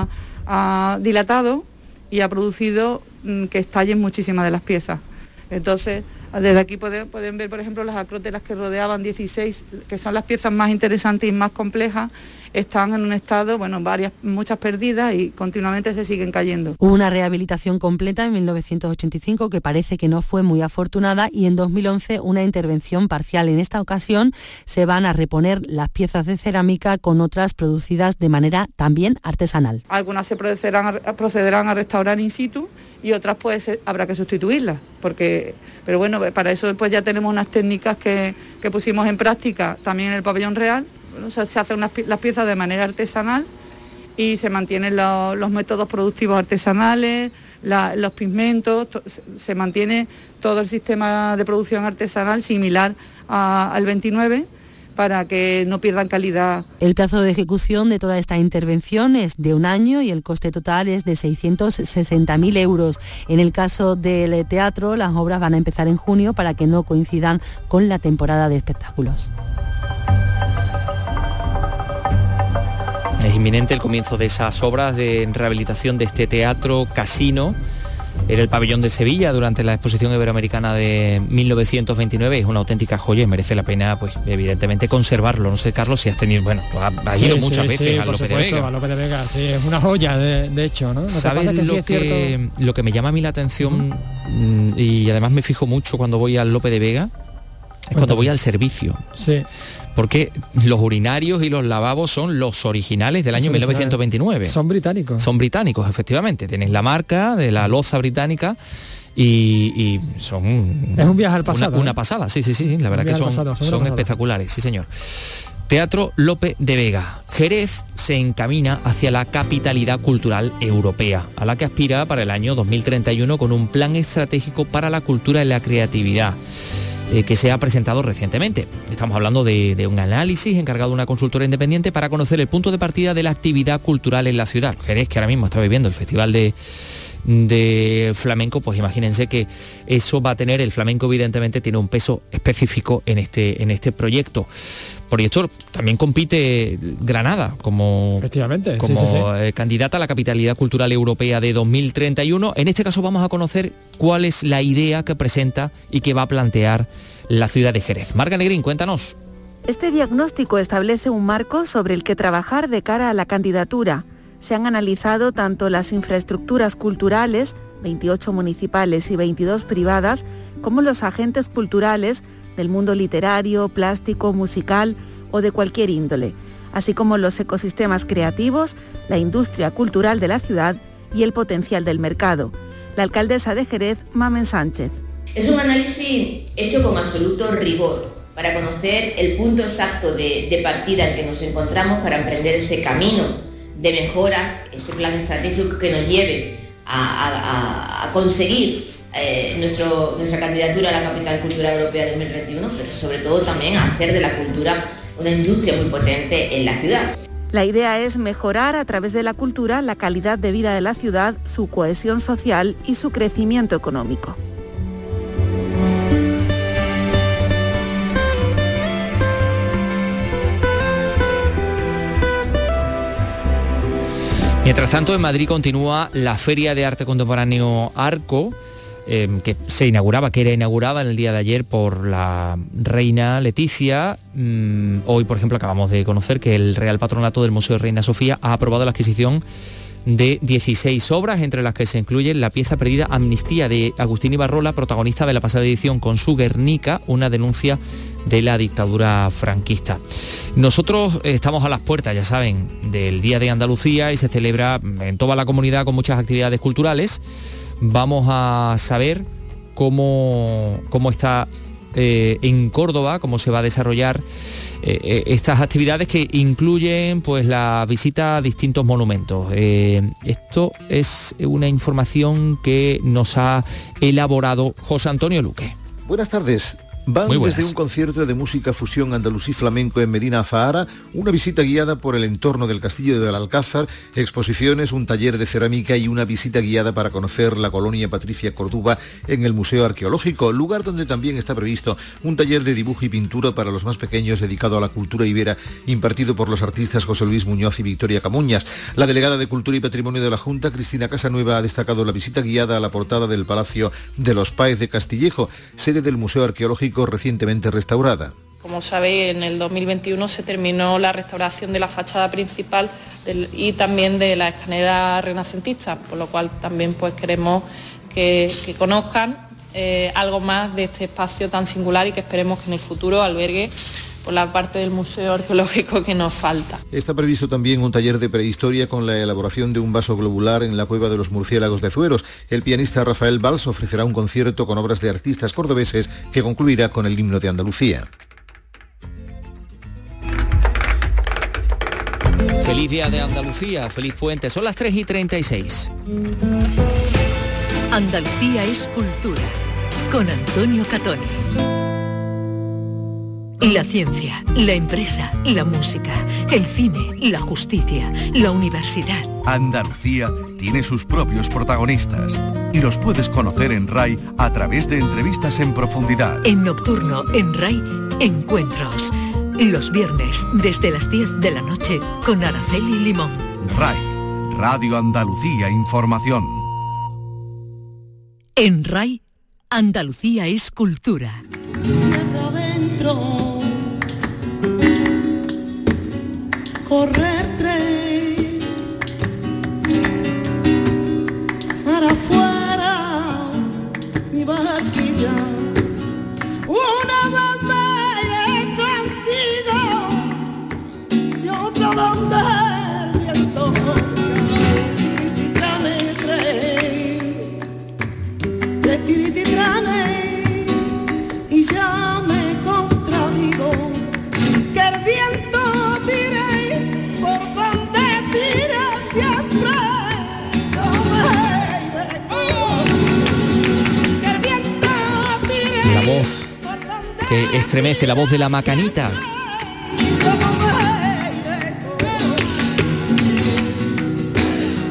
ha dilatado y ha producido que estallen muchísimas de las piezas. Entonces, desde aquí pueden ver, por ejemplo, las acrótelas que rodeaban 16, que son las piezas más interesantes y más complejas, están en un estado, bueno, muchas perdidas y continuamente se siguen cayendo. Hubo una rehabilitación completa en 1985 que parece que no fue muy afortunada, y en 2011 una intervención parcial. En esta ocasión se van a reponer las piezas de cerámica con otras producidas de manera también artesanal. Algunas se procederán a restaurar in situ y otras pues habrá que sustituirlas, pero bueno, para eso pues ya tenemos unas técnicas que pusimos en práctica también en el Pabellón Real. Bueno, se hacen las piezas de manera artesanal y se mantienen los métodos productivos artesanales, los pigmentos, se mantiene todo el sistema de producción artesanal similar al 29, para que no pierdan calidad. El plazo de ejecución de toda esta intervención es de 1 año y el coste total es de 660.000 euros. En el caso del teatro, las obras van a empezar en junio para que no coincidan con la temporada de espectáculos. Es inminente el comienzo de esas obras de rehabilitación de este teatro casino en el pabellón de Sevilla durante la exposición iberoamericana de 1929. Es una auténtica joya y merece la pena, pues evidentemente, conservarlo. No sé, Carlos, si has tenido, bueno, has ido muchas veces a Lope de Vega. A Lope de Vega, sí, es una joya de hecho, ¿no? ¿Sabes lo que me llama a mí la atención? Y además me fijo mucho cuando voy al Lope de Vega, es cuando voy al servicio. Sí. Porque los urinarios y los lavabos son los originales del año 1929. Son británicos. Son británicos, efectivamente. Tienen la marca de la loza británica y son... Es un viaje al pasado. Una pasada, sí. La verdad que son espectaculares, sí señor. Teatro Lope de Vega. Jerez se encamina hacia la capitalidad cultural europea, a la que aspira para el año 2031 con un plan estratégico para la cultura y la creatividad, que se ha presentado recientemente. Estamos hablando de un análisis encargado de una consultora independiente para conocer el punto de partida de la actividad cultural en la ciudad. Jerez, que ahora mismo está viviendo el Festival de Flamenco, pues imagínense que eso va a tener, el flamenco evidentemente tiene un peso específico en este proyecto. Proyecto también compite Granada como candidata a la capitalidad cultural europea de 2031. En este caso vamos a conocer cuál es la idea que presenta y que va a plantear la ciudad de Jerez. Marga Negrín, cuéntanos. Este diagnóstico establece un marco sobre el que trabajar de cara a la candidatura. Se han analizado tanto las infraestructuras culturales, 28 municipales y 22 privadas, como los agentes culturales del mundo literario, plástico, musical o de cualquier índole, así como los ecosistemas creativos, la industria cultural de la ciudad y el potencial del mercado. La alcaldesa de Jerez, Mamen Sánchez. Es un análisis hecho con absoluto rigor para conocer el punto exacto de partida en que nos encontramos para emprender ese camino de mejora, ese plan estratégico que nos lleve a conseguir nuestra candidatura a la Capital Cultural Europea 2031, pero sobre todo también a hacer de la cultura una industria muy potente en la ciudad. La idea es mejorar a través de la cultura la calidad de vida de la ciudad, su cohesión social y su crecimiento económico. Mientras tanto, en Madrid continúa la Feria de Arte Contemporáneo Arco, que era inaugurada en el día de ayer por la reina Leticia. Hoy, por ejemplo, acabamos de conocer que el Real Patronato del Museo de Reina Sofía ha aprobado la adquisición de 16 obras, entre las que se incluye la pieza perdida Amnistía de Agustín Ibarrola, protagonista de la pasada edición con su Guernica, una denuncia de la dictadura franquista. Nosotros estamos a las puertas, ya saben, del Día de Andalucía y se celebra en toda la comunidad con muchas actividades culturales. Vamos a saber cómo está en Córdoba, cómo se va a desarrollar estas actividades que incluyen pues la visita a distintos monumentos. Esto es una información que nos ha elaborado José Antonio Luque. Buenas tardes. Van desde un concierto de música fusión andalusí flamenco en Medina Zahara, una visita guiada por el entorno del Castillo del Alcázar, exposiciones, un taller de cerámica y una visita guiada para conocer la colonia Patricia Córdoba en el Museo Arqueológico, lugar donde también está previsto un taller de dibujo y pintura para los más pequeños dedicado a la cultura ibera, impartido por los artistas José Luis Muñoz y Victoria Camuñas. La delegada de Cultura y Patrimonio de la Junta, Cristina Casanueva, ha destacado la visita guiada a la portada del Palacio de los Páez de Castillejo, sede del Museo Arqueológico recientemente restaurada. Como sabéis, en el 2021 se terminó la restauración de la fachada principal y también de la escalera renacentista, por lo cual también pues queremos que conozcan algo más de este espacio tan singular y que esperemos que en el futuro albergue por la parte del Museo Arqueológico que nos falta. Está previsto también un taller de prehistoria con la elaboración de un vaso globular en la Cueva de los Murciélagos de Zueros. El pianista Rafael Valls ofrecerá un concierto con obras de artistas cordobeses que concluirá con el himno de Andalucía. Feliz Día de Andalucía, feliz puente. Son las 3:36. Andalucía es cultura, con Antonio Catoni. La ciencia, la empresa, la música, el cine, la justicia, la universidad. Andalucía tiene sus propios protagonistas y los puedes conocer en RAI a través de entrevistas en profundidad. En Nocturno, en RAI, Encuentros. Los viernes, desde las 10 de la noche, con Araceli Limón. RAI, Radio Andalucía Información. En RAI, Andalucía es cultura. Correr tren, mar afuera, mi barquilla, una bandera contigo y otra donde el viento tirititrane tren, tirititrane, y ya me contradigo que el viento la voz que estremece, la voz de la Macanita.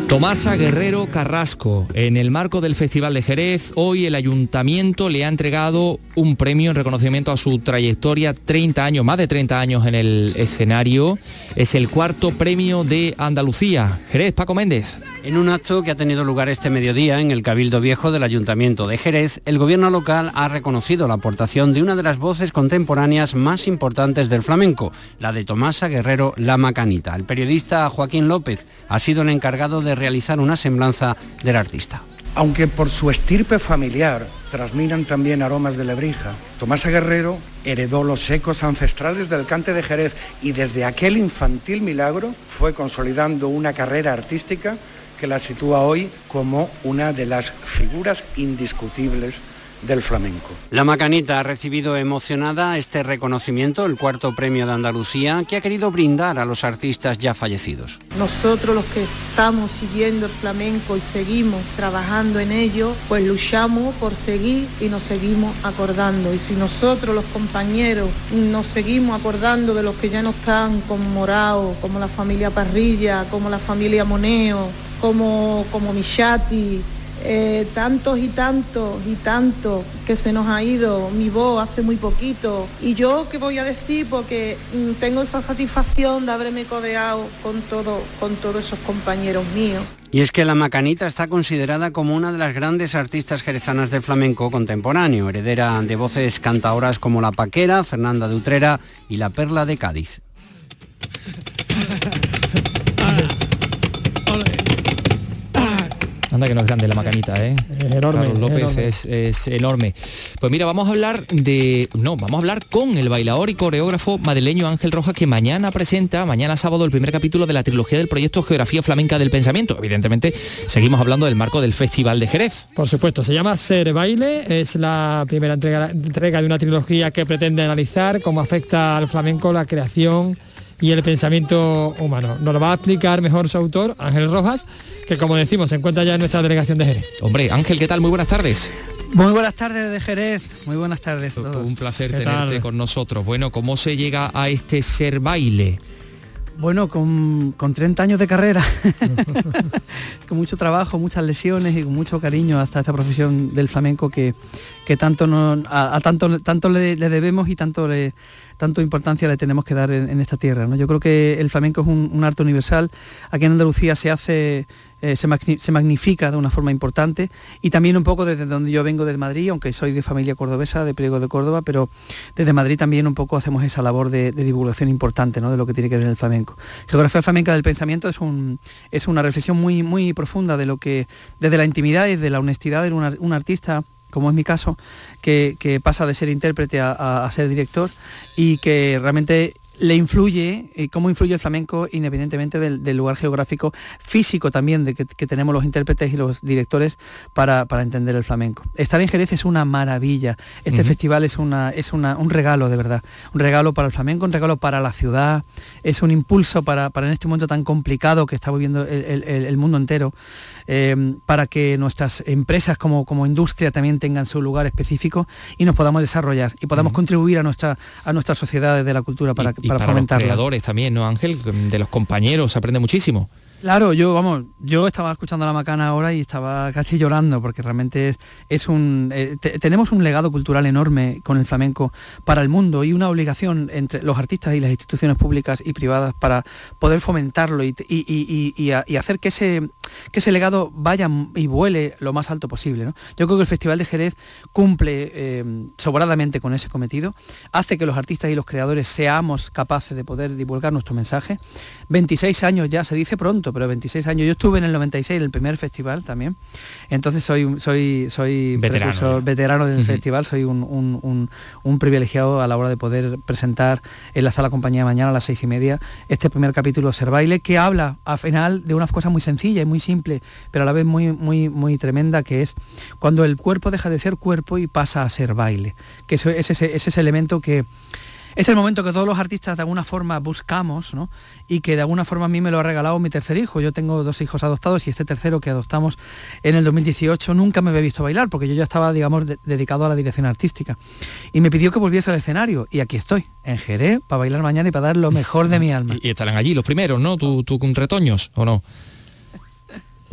Tomasa Guerrero Carrasco, en el marco del Festival de Jerez, hoy el Ayuntamiento le ha entregado un premio en reconocimiento a su trayectoria, 30 años, más de 30 años en el escenario. Es el cuarto premio de Andalucía. Jerez, Paco Méndez. En un acto que ha tenido lugar este mediodía en el Cabildo Viejo del Ayuntamiento de Jerez, el gobierno local ha reconocido la aportación de una de las voces contemporáneas más importantes del flamenco, la de Tomasa Guerrero La Macanita. El periodista Joaquín López ha sido el encargado de realizar una semblanza del artista. Aunque por su estirpe familiar transmiran también aromas de Lebrija, Tomasa Guerrero heredó los ecos ancestrales del cante de Jerez y desde aquel infantil milagro fue consolidando una carrera artística que la sitúa hoy como una de las figuras indiscutibles del flamenco. La Macanita ha recibido emocionada este reconocimiento, el cuarto premio de Andalucía, que ha querido brindar a los artistas ya fallecidos. Nosotros los que estamos siguiendo el flamenco y seguimos trabajando en ello, pues luchamos por seguir y nos seguimos acordando. Y si nosotros los compañeros nos seguimos acordando de los que ya no están conmemorados, como la familia Parrilla, como la familia Moneo, como Michati, tantos y tantos y tantos que se nos ha ido mi voz hace muy poquito. Y yo qué voy a decir, porque tengo esa satisfacción de haberme codeado con todos esos compañeros míos. Y es que la Macanita está considerada como una de las grandes artistas jerezanas del flamenco contemporáneo, heredera de voces cantaoras como La Paquera, Fernanda de Utrera y La Perla de Cádiz. Anda que no es grande la Macanita, ¿eh? Es enorme. Carlos López enorme. Es enorme. Pues mira, vamos a hablar con el bailaor y coreógrafo madrileño Ángel Rojas, que mañana sábado, el primer capítulo de la trilogía del proyecto Geografía Flamenca del Pensamiento. Evidentemente, seguimos hablando del marco del Festival de Jerez. Por supuesto, se llama Ser Baile, es la primera entrega de una trilogía que pretende analizar cómo afecta al flamenco la creación y el pensamiento humano. Nos lo va a explicar mejor su autor, Ángel Rojas, que como decimos, se encuentra ya en nuestra delegación de Jerez. Hombre, Ángel, ¿qué tal? Muy buenas tardes. Muy buenas tardes de Jerez, muy buenas tardes a todos. Un placer tenerte con nosotros. Bueno, ¿cómo se llega a este Ser Baile? Bueno, con 30 años de carrera, con mucho trabajo, muchas lesiones y con mucho cariño hasta esta profesión del flamenco que tanto le debemos y tanto importancia le tenemos que dar en esta tierra, ¿no? Yo creo que el flamenco es un arte universal. Aquí en Andalucía se magnifica de una forma importante, y también un poco desde donde yo vengo, desde Madrid, aunque soy de familia cordobesa, de Priego de Córdoba, pero desde Madrid también un poco hacemos esa labor de divulgación importante, ¿no?, de lo que tiene que ver el flamenco. Geografía flamenca del pensamiento es una reflexión muy, muy profunda de lo que, desde la intimidad y desde la honestidad de un artista, como es mi caso, que pasa de ser intérprete a ser director, y que realmente le influye, cómo influye el flamenco independientemente del lugar geográfico, físico también, que tenemos los intérpretes y los directores para entender el flamenco. Estar en Jerez es una maravilla. Este festival es un regalo, de verdad. Un regalo para el flamenco, un regalo para la ciudad, es un impulso para en este momento tan complicado que está viviendo el mundo entero, para que nuestras empresas como industria también tengan su lugar específico y nos podamos desarrollar y podamos contribuir a nuestras sociedades de la cultura para fomentarla. Los creadores también, ¿no, Ángel? De los compañeros se aprende muchísimo. Claro, yo estaba escuchando la Macana ahora y estaba casi llorando, porque realmente tenemos un legado cultural enorme con el flamenco para el mundo, y una obligación entre los artistas y las instituciones públicas y privadas para poder fomentarlo y hacer que ese legado vaya y vuele lo más alto posible, ¿no? Yo creo que el Festival de Jerez cumple sobradamente con ese cometido, hace que los artistas y los creadores seamos capaces de poder divulgar nuestro mensaje. 26 años ya, se dice pronto, pero 26 años. Yo estuve en el 96, en el primer festival también, entonces soy veterano del festival, soy un privilegiado a la hora de poder presentar en la Sala Compañía mañana a las 6:30 este primer capítulo Ser Baile, que habla al final de una cosa muy sencilla y muy simple, pero a la vez muy, muy, muy tremenda, que es cuando el cuerpo deja de ser cuerpo y pasa a ser baile, que es ese elemento que es el momento que todos los artistas de alguna forma buscamos, ¿no? Y que de alguna forma a mí me lo ha regalado mi tercer hijo. Yo tengo 2 hijos adoptados, y este tercero, que adoptamos en el 2018, nunca me había visto bailar, porque yo ya estaba, digamos, dedicado a la dirección artística. Y me pidió que volviese al escenario, y aquí estoy, en Jerez, para bailar mañana y para dar lo mejor de mi alma. Y estarán allí los primeros, ¿no? ¿Tú con retoños, o no?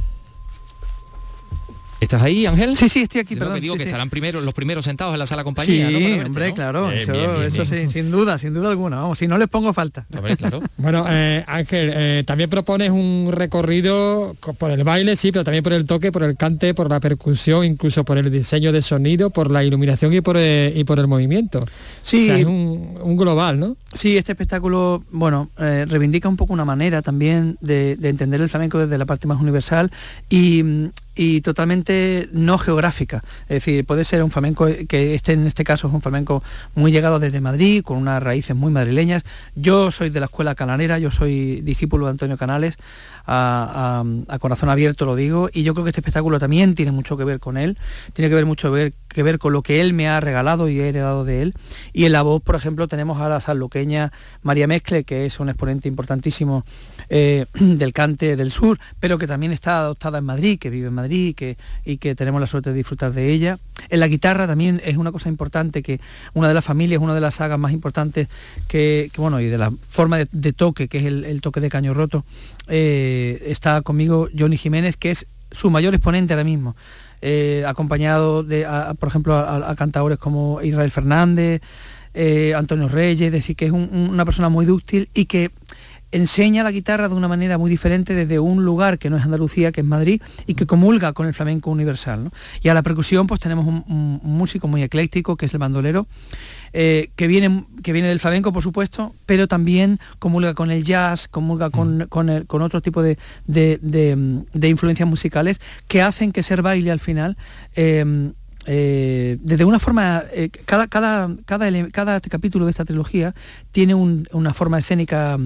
¿Estás ahí, Ángel? Sí, estoy aquí, perdón. Digo sí, que sí. estarán los primeros sentados en la sala compañía, sí, ¿no? Verte, hombre, ¿no? claro, Bien, eso sí, sin duda alguna. Vamos, si no les pongo falta. Hombre, claro. Bueno, Ángel, también propones un recorrido por el baile, sí, pero también por el toque, por el cante, por la percusión, incluso por el diseño de sonido, por la iluminación y por el movimiento. Sí. O sea, es un global, ¿no? Sí, este espectáculo, bueno, reivindica un poco una manera también de entender el flamenco desde la parte más universal y totalmente no geográfica. Es decir, puede ser un flamenco que en este caso es un flamenco muy llegado desde Madrid, con unas raíces muy madrileñas. Yo soy de la escuela canalera, yo soy discípulo de Antonio Canales, a corazón abierto lo digo, y yo creo que este espectáculo también tiene mucho que ver con él, tiene que ver mucho que ver con lo que él me ha regalado y he heredado de él. Y en la voz, por ejemplo, tenemos a la sanluqueña María Mescle, que es un exponente importantísimo del cante del sur, pero que también está adoptada en Madrid, que vive en Madrid y que tenemos la suerte de disfrutar de ella. En la guitarra también es una cosa importante, que una de las familias, una de las sagas más importantes que bueno, y de la forma de toque, que es el toque de caño roto, está conmigo Johnny Jiménez, que es su mayor exponente ahora mismo, acompañado por ejemplo a cantadores como Israel Fernández, Antonio Reyes. Es decir, que es una persona muy dúctil y que enseña la guitarra de una manera muy diferente desde un lugar que no es Andalucía, que es Madrid, y que comulga con el flamenco universal, ¿no? Y a la percusión pues tenemos un músico muy ecléctico, que es el bandolero, que viene del flamenco, por supuesto, pero también comulga con el jazz, comulga con otro tipo de influencias musicales que hacen que Ser Baile al final desde una forma, cada capítulo de esta trilogía tiene una forma escénica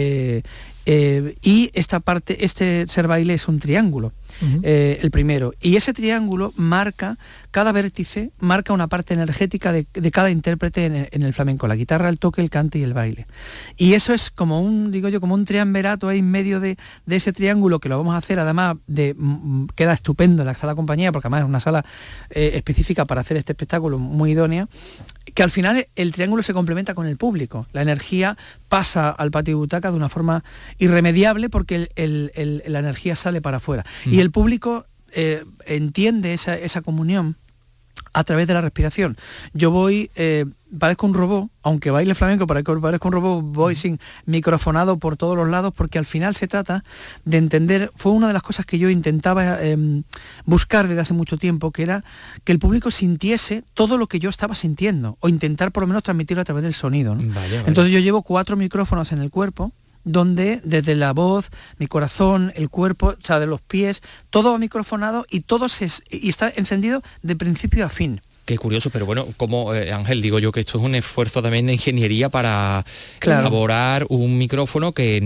y este Ser Baile es un triángulo, el primero, y ese triángulo marca, cada vértice marca una parte energética de cada intérprete en el flamenco: la guitarra, el toque, el cante y el baile. Y eso es como un trianverato ahí en medio de ese triángulo, que lo vamos a hacer, además queda estupendo en la sala compañía, porque además es una sala específica para hacer este espectáculo, muy idónea, que al final el triángulo se complementa con el público. La energía pasa al patio de butaca de una forma irremediable, porque la energía sale para afuera. Y el público entiende esa comunión a través de la respiración. Yo voy, parezco un robot, aunque baile flamenco, parezco un robot, voy sin microfonado por todos los lados, porque al final se trata de entender, fue una de las cosas que yo intentaba buscar desde hace mucho tiempo, que era que el público sintiese todo lo que yo estaba sintiendo, o intentar por lo menos transmitirlo a través del sonido, ¿no? Vale. Entonces yo llevo 4 micrófonos en el cuerpo, donde desde la voz, mi corazón, el cuerpo, o sea, de los pies, todo va microfonado y está encendido de principio a fin. Qué curioso, pero bueno, como Ángel, digo yo que esto es un esfuerzo también de ingeniería para elaborar un micrófono que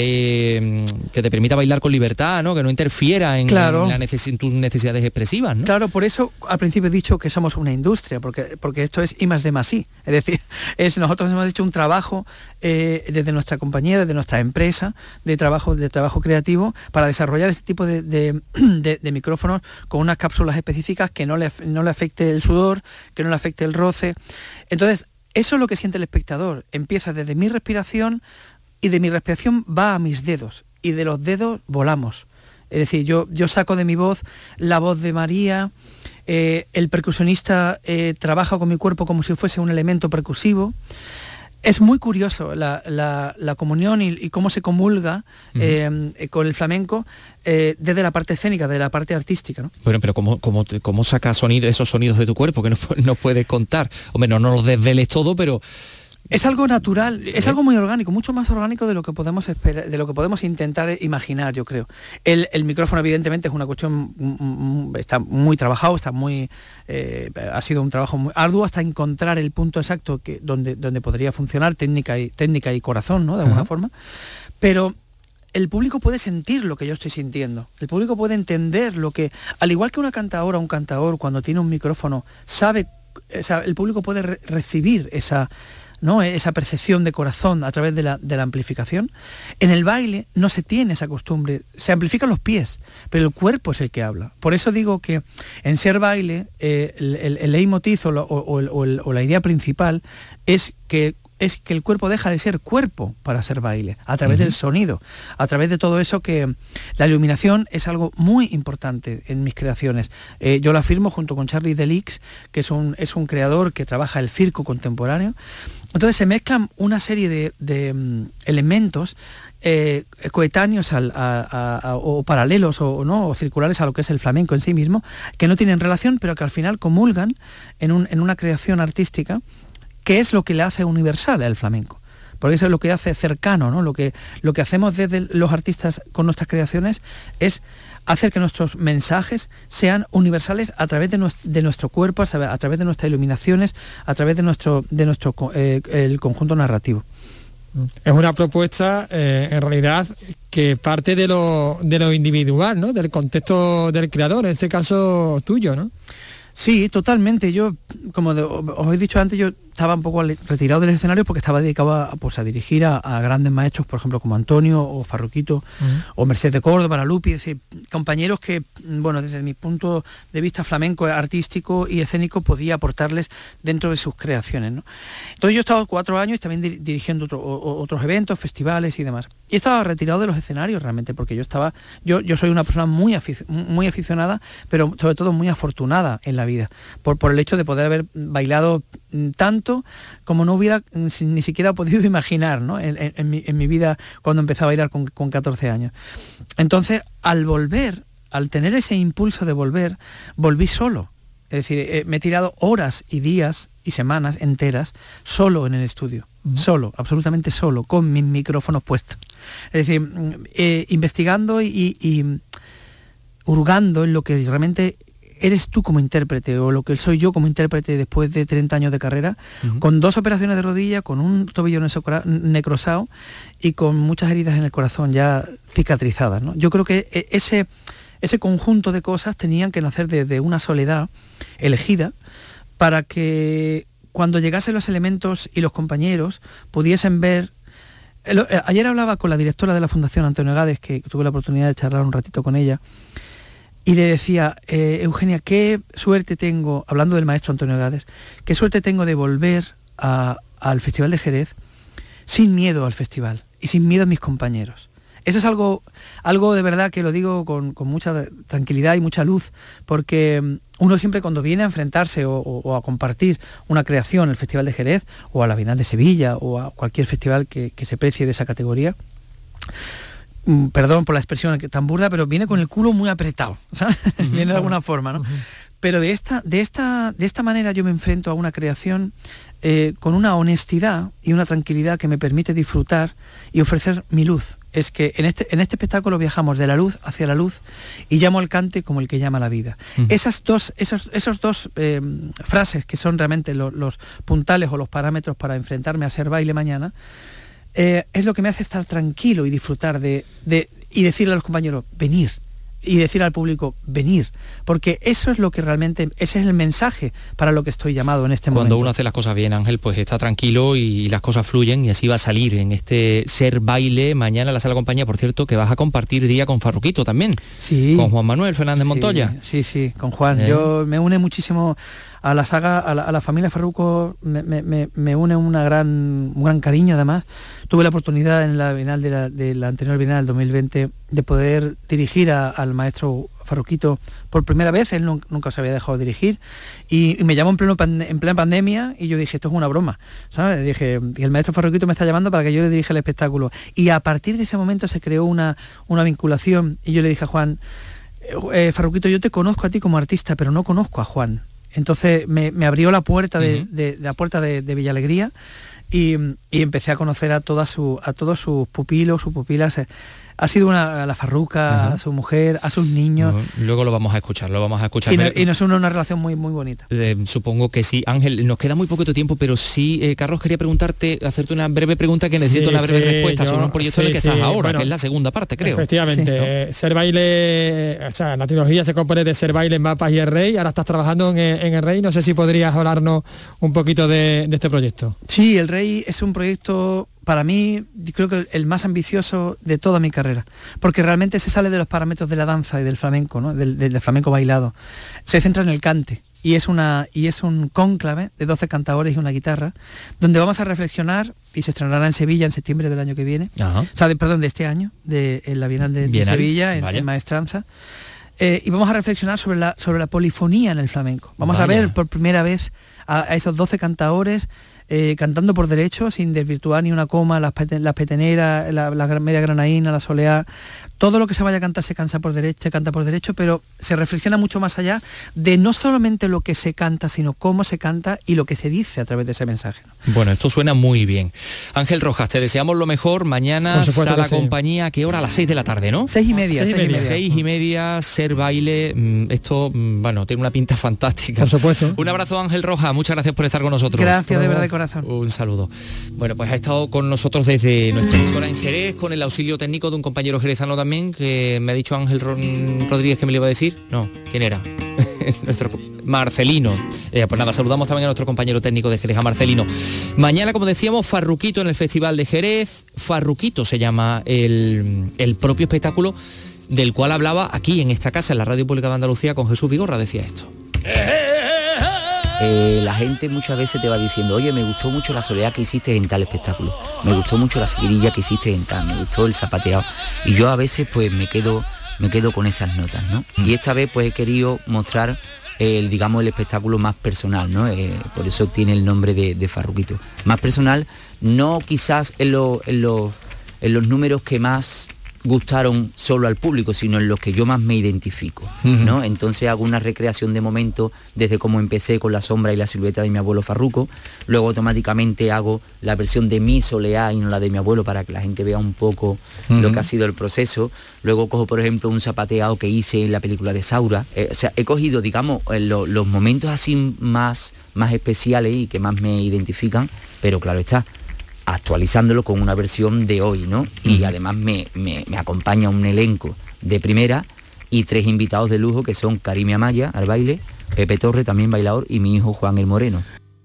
que te permita bailar con libertad, ¿no? Que no interfiera en tus necesidades expresivas, ¿no? Claro, por eso al principio he dicho que somos una industria, porque esto es I+D+I. Es decir, nosotros hemos hecho un trabajo desde nuestra compañía, desde nuestra empresa de trabajo creativo, para desarrollar este tipo de micrófonos con unas cápsulas específicas que no le afecte el sudor, que no le afecte el roce. Entonces, eso es lo que siente el espectador. Empieza desde mi respiración, y de mi respiración va a mis dedos, y de los dedos volamos. Es decir, yo saco de mi voz la voz de María, el percusionista trabaja con mi cuerpo como si fuese un elemento percusivo. Es muy curioso la comunión y cómo se comulga con el flamenco desde la parte escénica, de la parte artística, ¿no? Bueno, pero ¿cómo sacas esos sonidos de tu cuerpo que no puedes contar? Hombre, no los desveles todo, pero... Es algo natural, es algo muy orgánico, mucho más orgánico de lo que podemos esperar, de lo que podemos intentar imaginar, yo creo. El micrófono, evidentemente, es una cuestión, está muy trabajado, ha sido un trabajo muy arduo hasta encontrar el punto exacto donde podría funcionar, técnica y corazón, ¿no? De alguna forma. Pero el público puede sentir lo que yo estoy sintiendo. El público puede entender lo que, al igual que una cantadora o un cantador, cuando tiene un micrófono, el público puede recibir esa percepción de corazón a través de la amplificación. En el baile no se tiene esa costumbre, se amplifican los pies, pero el cuerpo es el que habla. Por eso digo que en Ser Baile el leitmotiv o la idea principal es que es que el cuerpo deja de ser cuerpo para hacer baile, a través del sonido, a través de todo eso que... La iluminación es algo muy importante en mis creaciones. Yo lo afirmo junto con Charlie Delix, que es un creador que trabaja el circo contemporáneo. Entonces se mezclan una serie de elementos coetáneos o paralelos o circulares a lo que es el flamenco en sí mismo, que no tienen relación, pero que al final comulgan en una creación artística, que es lo que le hace universal al flamenco. Porque eso es lo que hace cercano, ¿no? Lo que hacemos desde los artistas con nuestras creaciones es hacer que nuestros mensajes sean universales a través de nuestro cuerpo, a través de nuestras iluminaciones, a través de nuestro el conjunto narrativo. Es una propuesta, en realidad, que parte de lo individual, ¿no? Del contexto del creador, en este caso tuyo, ¿no? Sí, totalmente. Yo, como os he dicho antes, yo estaba un poco retirado del escenario porque estaba dedicado a dirigir a grandes maestros, por ejemplo, como Antonio o Farruquito o Mercedes de Córdoba, la Lupi, es decir, compañeros que, bueno, desde mi punto de vista flamenco, artístico y escénico, podía aportarles dentro de sus creaciones, ¿no? Entonces yo he estado 4 años también dirigiendo otros eventos, festivales y demás. Y estaba retirado de los escenarios realmente, porque yo soy una persona muy aficionada, pero sobre todo muy afortunada en la vida, por el hecho de poder haber bailado tanto como no hubiera ni siquiera podido imaginar, ¿no? en mi vida cuando empecé a bailar con 14 años. Entonces, al tener ese impulso de volver, volví solo. Es decir, me he tirado horas y días y semanas enteras solo en el estudio, solo, absolutamente solo, con mis micrófonos puestos. Es decir, investigando y hurgando en lo que realmente eres tú como intérprete, o lo que soy yo como intérprete después de 30 años de carrera, con 2 operaciones de rodilla, con un tobillo necrosado y con muchas heridas en el corazón ya cicatrizadas, ¿no? Yo creo que ese conjunto de cosas tenían que nacer de una soledad elegida, para que cuando llegasen los elementos y los compañeros pudiesen ver. Ayer hablaba con la directora de la Fundación Antonio Gades, que tuve la oportunidad de charlar un ratito con ella, y le decía, Eugenia, qué suerte tengo, hablando del maestro Antonio Gades, qué suerte tengo de volver al Festival de Jerez sin miedo al festival y sin miedo a mis compañeros. Eso es algo de verdad que lo digo con mucha tranquilidad y mucha luz, porque uno siempre cuando viene a enfrentarse o a compartir una creación, el Festival de Jerez, o a la Bienal de Sevilla, o a cualquier festival que se precie de esa categoría, perdón por la expresión tan burda, pero viene con el culo muy apretado, ¿sabes? Viene de alguna forma, ¿no? Pero de esta manera yo me enfrento a una creación con una honestidad y una tranquilidad que me permite disfrutar y ofrecer mi luz. Es que en este espectáculo viajamos de la luz hacia la luz y llamo al cante como el que llama a la vida. Esos dos frases que son realmente los puntales o los parámetros para enfrentarme a hacer baile mañana, es lo que me hace estar tranquilo y disfrutar y decirle a los compañeros, venir, y decir al público, venir, porque eso es lo que realmente, ese es el mensaje para lo que estoy llamado en este momento. Cuando uno hace las cosas bien, Ángel, pues está tranquilo y las cosas fluyen, y así va a salir en este Ser Baile mañana en la Sala Compañía, por cierto, que vas a compartir día con Farruquito también. Sí. Con Juan Manuel Fernández Montoya. Sí, con Juan. Yo me une muchísimo a la saga, a la familia Farruco, me une un gran cariño. Además, tuve la oportunidad en la Bienal de la anterior Bienal del 2020 de poder dirigir al maestro Farruquito por primera vez. Él nunca se había dejado dirigir y me llamó en plena pandemia, y yo dije, esto es una broma, ¿sabes? Dije, y el maestro Farruquito me está llamando para que yo le dirija el espectáculo, y a partir de ese momento se creó una vinculación, y yo le dije a Juan, Farruquito, yo te conozco a ti como artista, pero no conozco a Juan. Entonces me abrió la puerta de Villalegría, y empecé a conocer a todos sus pupilos, sus pupilas. Ha sido la Farruca, a su mujer, a sus niños. Luego lo vamos a escuchar. Y nos une una relación muy, muy bonita. Supongo que sí. Ángel, nos queda muy poquito tiempo, pero sí, Carlos, quería hacerte una breve pregunta que necesito una breve respuesta sobre un proyecto en el que estás ahora, bueno, que es la segunda parte, creo. Efectivamente. Ser Baile, o sea, la trilogía se compone de Ser Baile, Mapas y El Rey. Ahora estás trabajando en El Rey. No sé si podrías hablarnos un poquito de este proyecto. Sí, El Rey es un proyecto, para mí, creo que el más ambicioso de toda mi carrera, porque realmente se sale de los parámetros de la danza y del flamenco, ¿no? del flamenco bailado. Se centra en el cante, y es un cónclave de 12 cantaores y una guitarra, donde vamos a reflexionar, y se estrenará en Sevilla en septiembre del año que viene, de este año, en la Bienal de Sevilla, en Maestranza. Y vamos a reflexionar sobre la polifonía en el flamenco. Vamos a ver por primera vez a esos 12 cantaores cantando por derecho, sin desvirtuar ni una coma, las peteneras, la media granaína, la soleá. Todo lo que se vaya a cantar se canta por derecho, pero se reflexiona mucho más allá de no solamente lo que se canta, sino cómo se canta y lo que se dice a través de ese mensaje, ¿no? Bueno, esto suena muy bien. Ángel Rojas, te deseamos lo mejor. Mañana Sala Compañía, ¿a qué hora? A las 6 de la tarde, ¿no? 6:30, Ser Baile. Esto, tiene una pinta fantástica. Por supuesto. Un abrazo, Ángel Rojas. Muchas gracias por estar con nosotros. Gracias, de verdad, de corazón. Un saludo. Bueno, pues ha estado con nosotros desde nuestra emisora en Jerez, con el auxilio técnico de un compañero jerezano también, que me ha dicho Ángel Rodríguez que me lo iba a decir. No, ¿quién era? Nuestro Marcelino. Pues nada, saludamos también a nuestro compañero técnico de Jerez, a Marcelino. Mañana, como decíamos, Farruquito en el Festival de Jerez. Farruquito se llama el propio espectáculo del cual hablaba aquí en esta casa, en la Radio Pública de Andalucía, con Jesús Vigorra. Decía esto. La gente muchas veces te va diciendo: oye, me gustó mucho la soleá que hiciste en tal espectáculo, me gustó mucho la seguirilla que hiciste en tal, me gustó el zapateado, y yo a veces pues me quedo con esas notas, ¿no? Y esta vez pues he querido mostrar el espectáculo más personal, ¿no? Por eso tiene el nombre de Farruquito. Más personal, no quizás en los números que más gustaron solo al público, sino en los que yo más me identifico, ¿no? Entonces hago una recreación de momentos desde cómo empecé con la sombra y la silueta de mi abuelo Farruco, luego automáticamente hago la versión de mi soleá y no la de mi abuelo, para que la gente vea un poco lo que ha sido el proceso. Luego cojo, por ejemplo, un zapateado que hice en la película de Saura. He cogido, los momentos así más especiales y que más me identifican, pero claro está, actualizándolo con una versión de hoy, ¿no? Y además me acompaña un elenco de primera y 3 invitados de lujo, que son Karime Amaya al baile, Pepe Torre, también bailador, y mi hijo Juan el Moreno.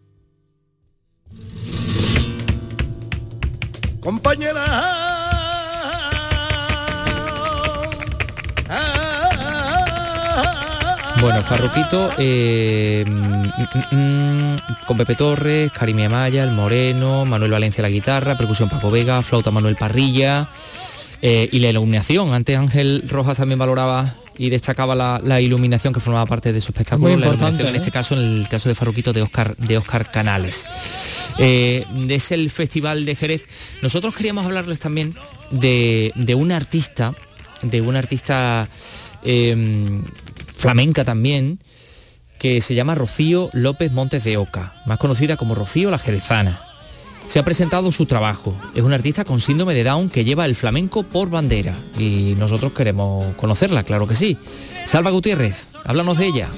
Compañera. Bueno, Farruquito, con Pepe Torres, Karime Amaya, El Moreno, Manuel Valencia la guitarra, percusión Paco Vega, flauta Manuel Parrilla, y la iluminación. Antes Ángel Rojas también valoraba y destacaba la iluminación que formaba parte de su espectáculo. La iluminación, en este caso, en el caso de Farruquito, de Óscar Canales. Es el Festival de Jerez. Nosotros queríamos hablarles también de una artista, flamenca también, que se llama Rocío López Montes de Oca, más conocida como Rocío la Jerezana. Se ha presentado su trabajo. Es una artista con síndrome de Down que lleva el flamenco por bandera, y nosotros queremos conocerla, claro que sí. Salva Gutiérrez, háblanos de ella.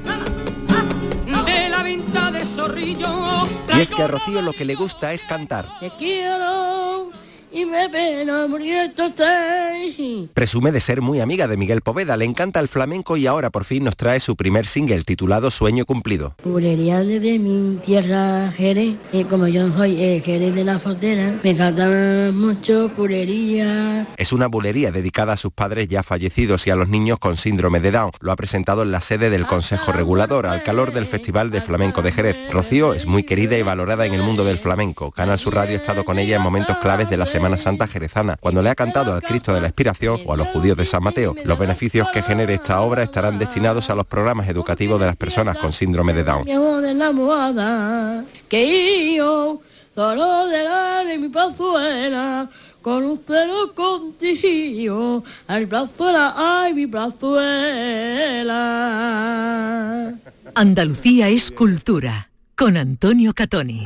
De la venta de Zorrillo. Y es que a Rocío lo que le gusta es cantar. Te quiero y me pena muriéndote. Presume de ser muy amiga de Miguel Poveda, le encanta el flamenco y ahora por fin nos trae su primer single titulado Sueño Cumplido. Bulería de mi tierra, Jerez, y como yo soy Jerez de la Frontera, me encanta mucho bulería. Es una bulería dedicada a sus padres ya fallecidos y a los niños con síndrome de Down. Lo ha presentado en la sede del Consejo Regulador, al calor del Festival de Flamenco de Jerez. Rocío es muy querida y valorada en el mundo del flamenco. Canal Sur Radio ha estado con ella en momentos claves de la Semana Santa jerezana, cuando le ha cantado al Cristo de la Expiración o a los judíos de San Mateo. Los beneficios que genere esta obra estarán destinados a los programas educativos de las personas con síndrome de Down. De la almohada, que yo solo de la de mi plazuela, con un cero contigo, al plazuela, ay mi plazuela. Andalucía es cultura, con Antonio Catoni.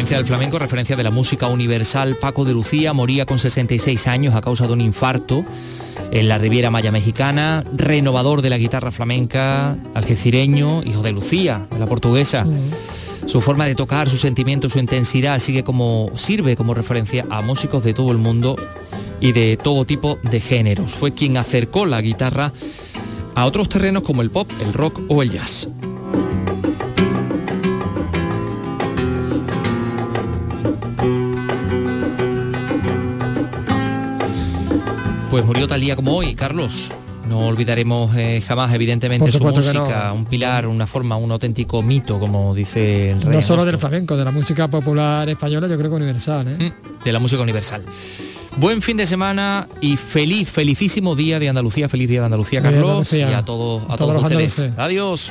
referencia del flamenco, referencia de la música universal. Paco de Lucía moría con 66 años a causa de un infarto en la Riviera Maya mexicana, renovador de la guitarra flamenca, algecireño, hijo de Lucía, de la portuguesa. Su forma de tocar, su sentimiento, su intensidad sirve como referencia a músicos de todo el mundo y de todo tipo de géneros. Fue quien acercó la guitarra a otros terrenos como el pop, el rock o el jazz. Pues murió tal día como hoy, Carlos. No olvidaremos jamás, evidentemente, su música, no. Un pilar, una forma, un auténtico mito, como dice el rey. No solo del flamenco, de la música popular española, yo creo que universal, ¿eh? De la música universal. Buen fin de semana y felicísimo día de Andalucía, feliz día de Andalucía, Carlos, y a todos ustedes. Andaluces. Adiós.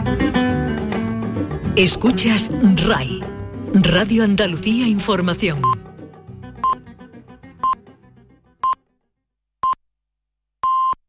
Escuchas RAI, Radio Andalucía Información.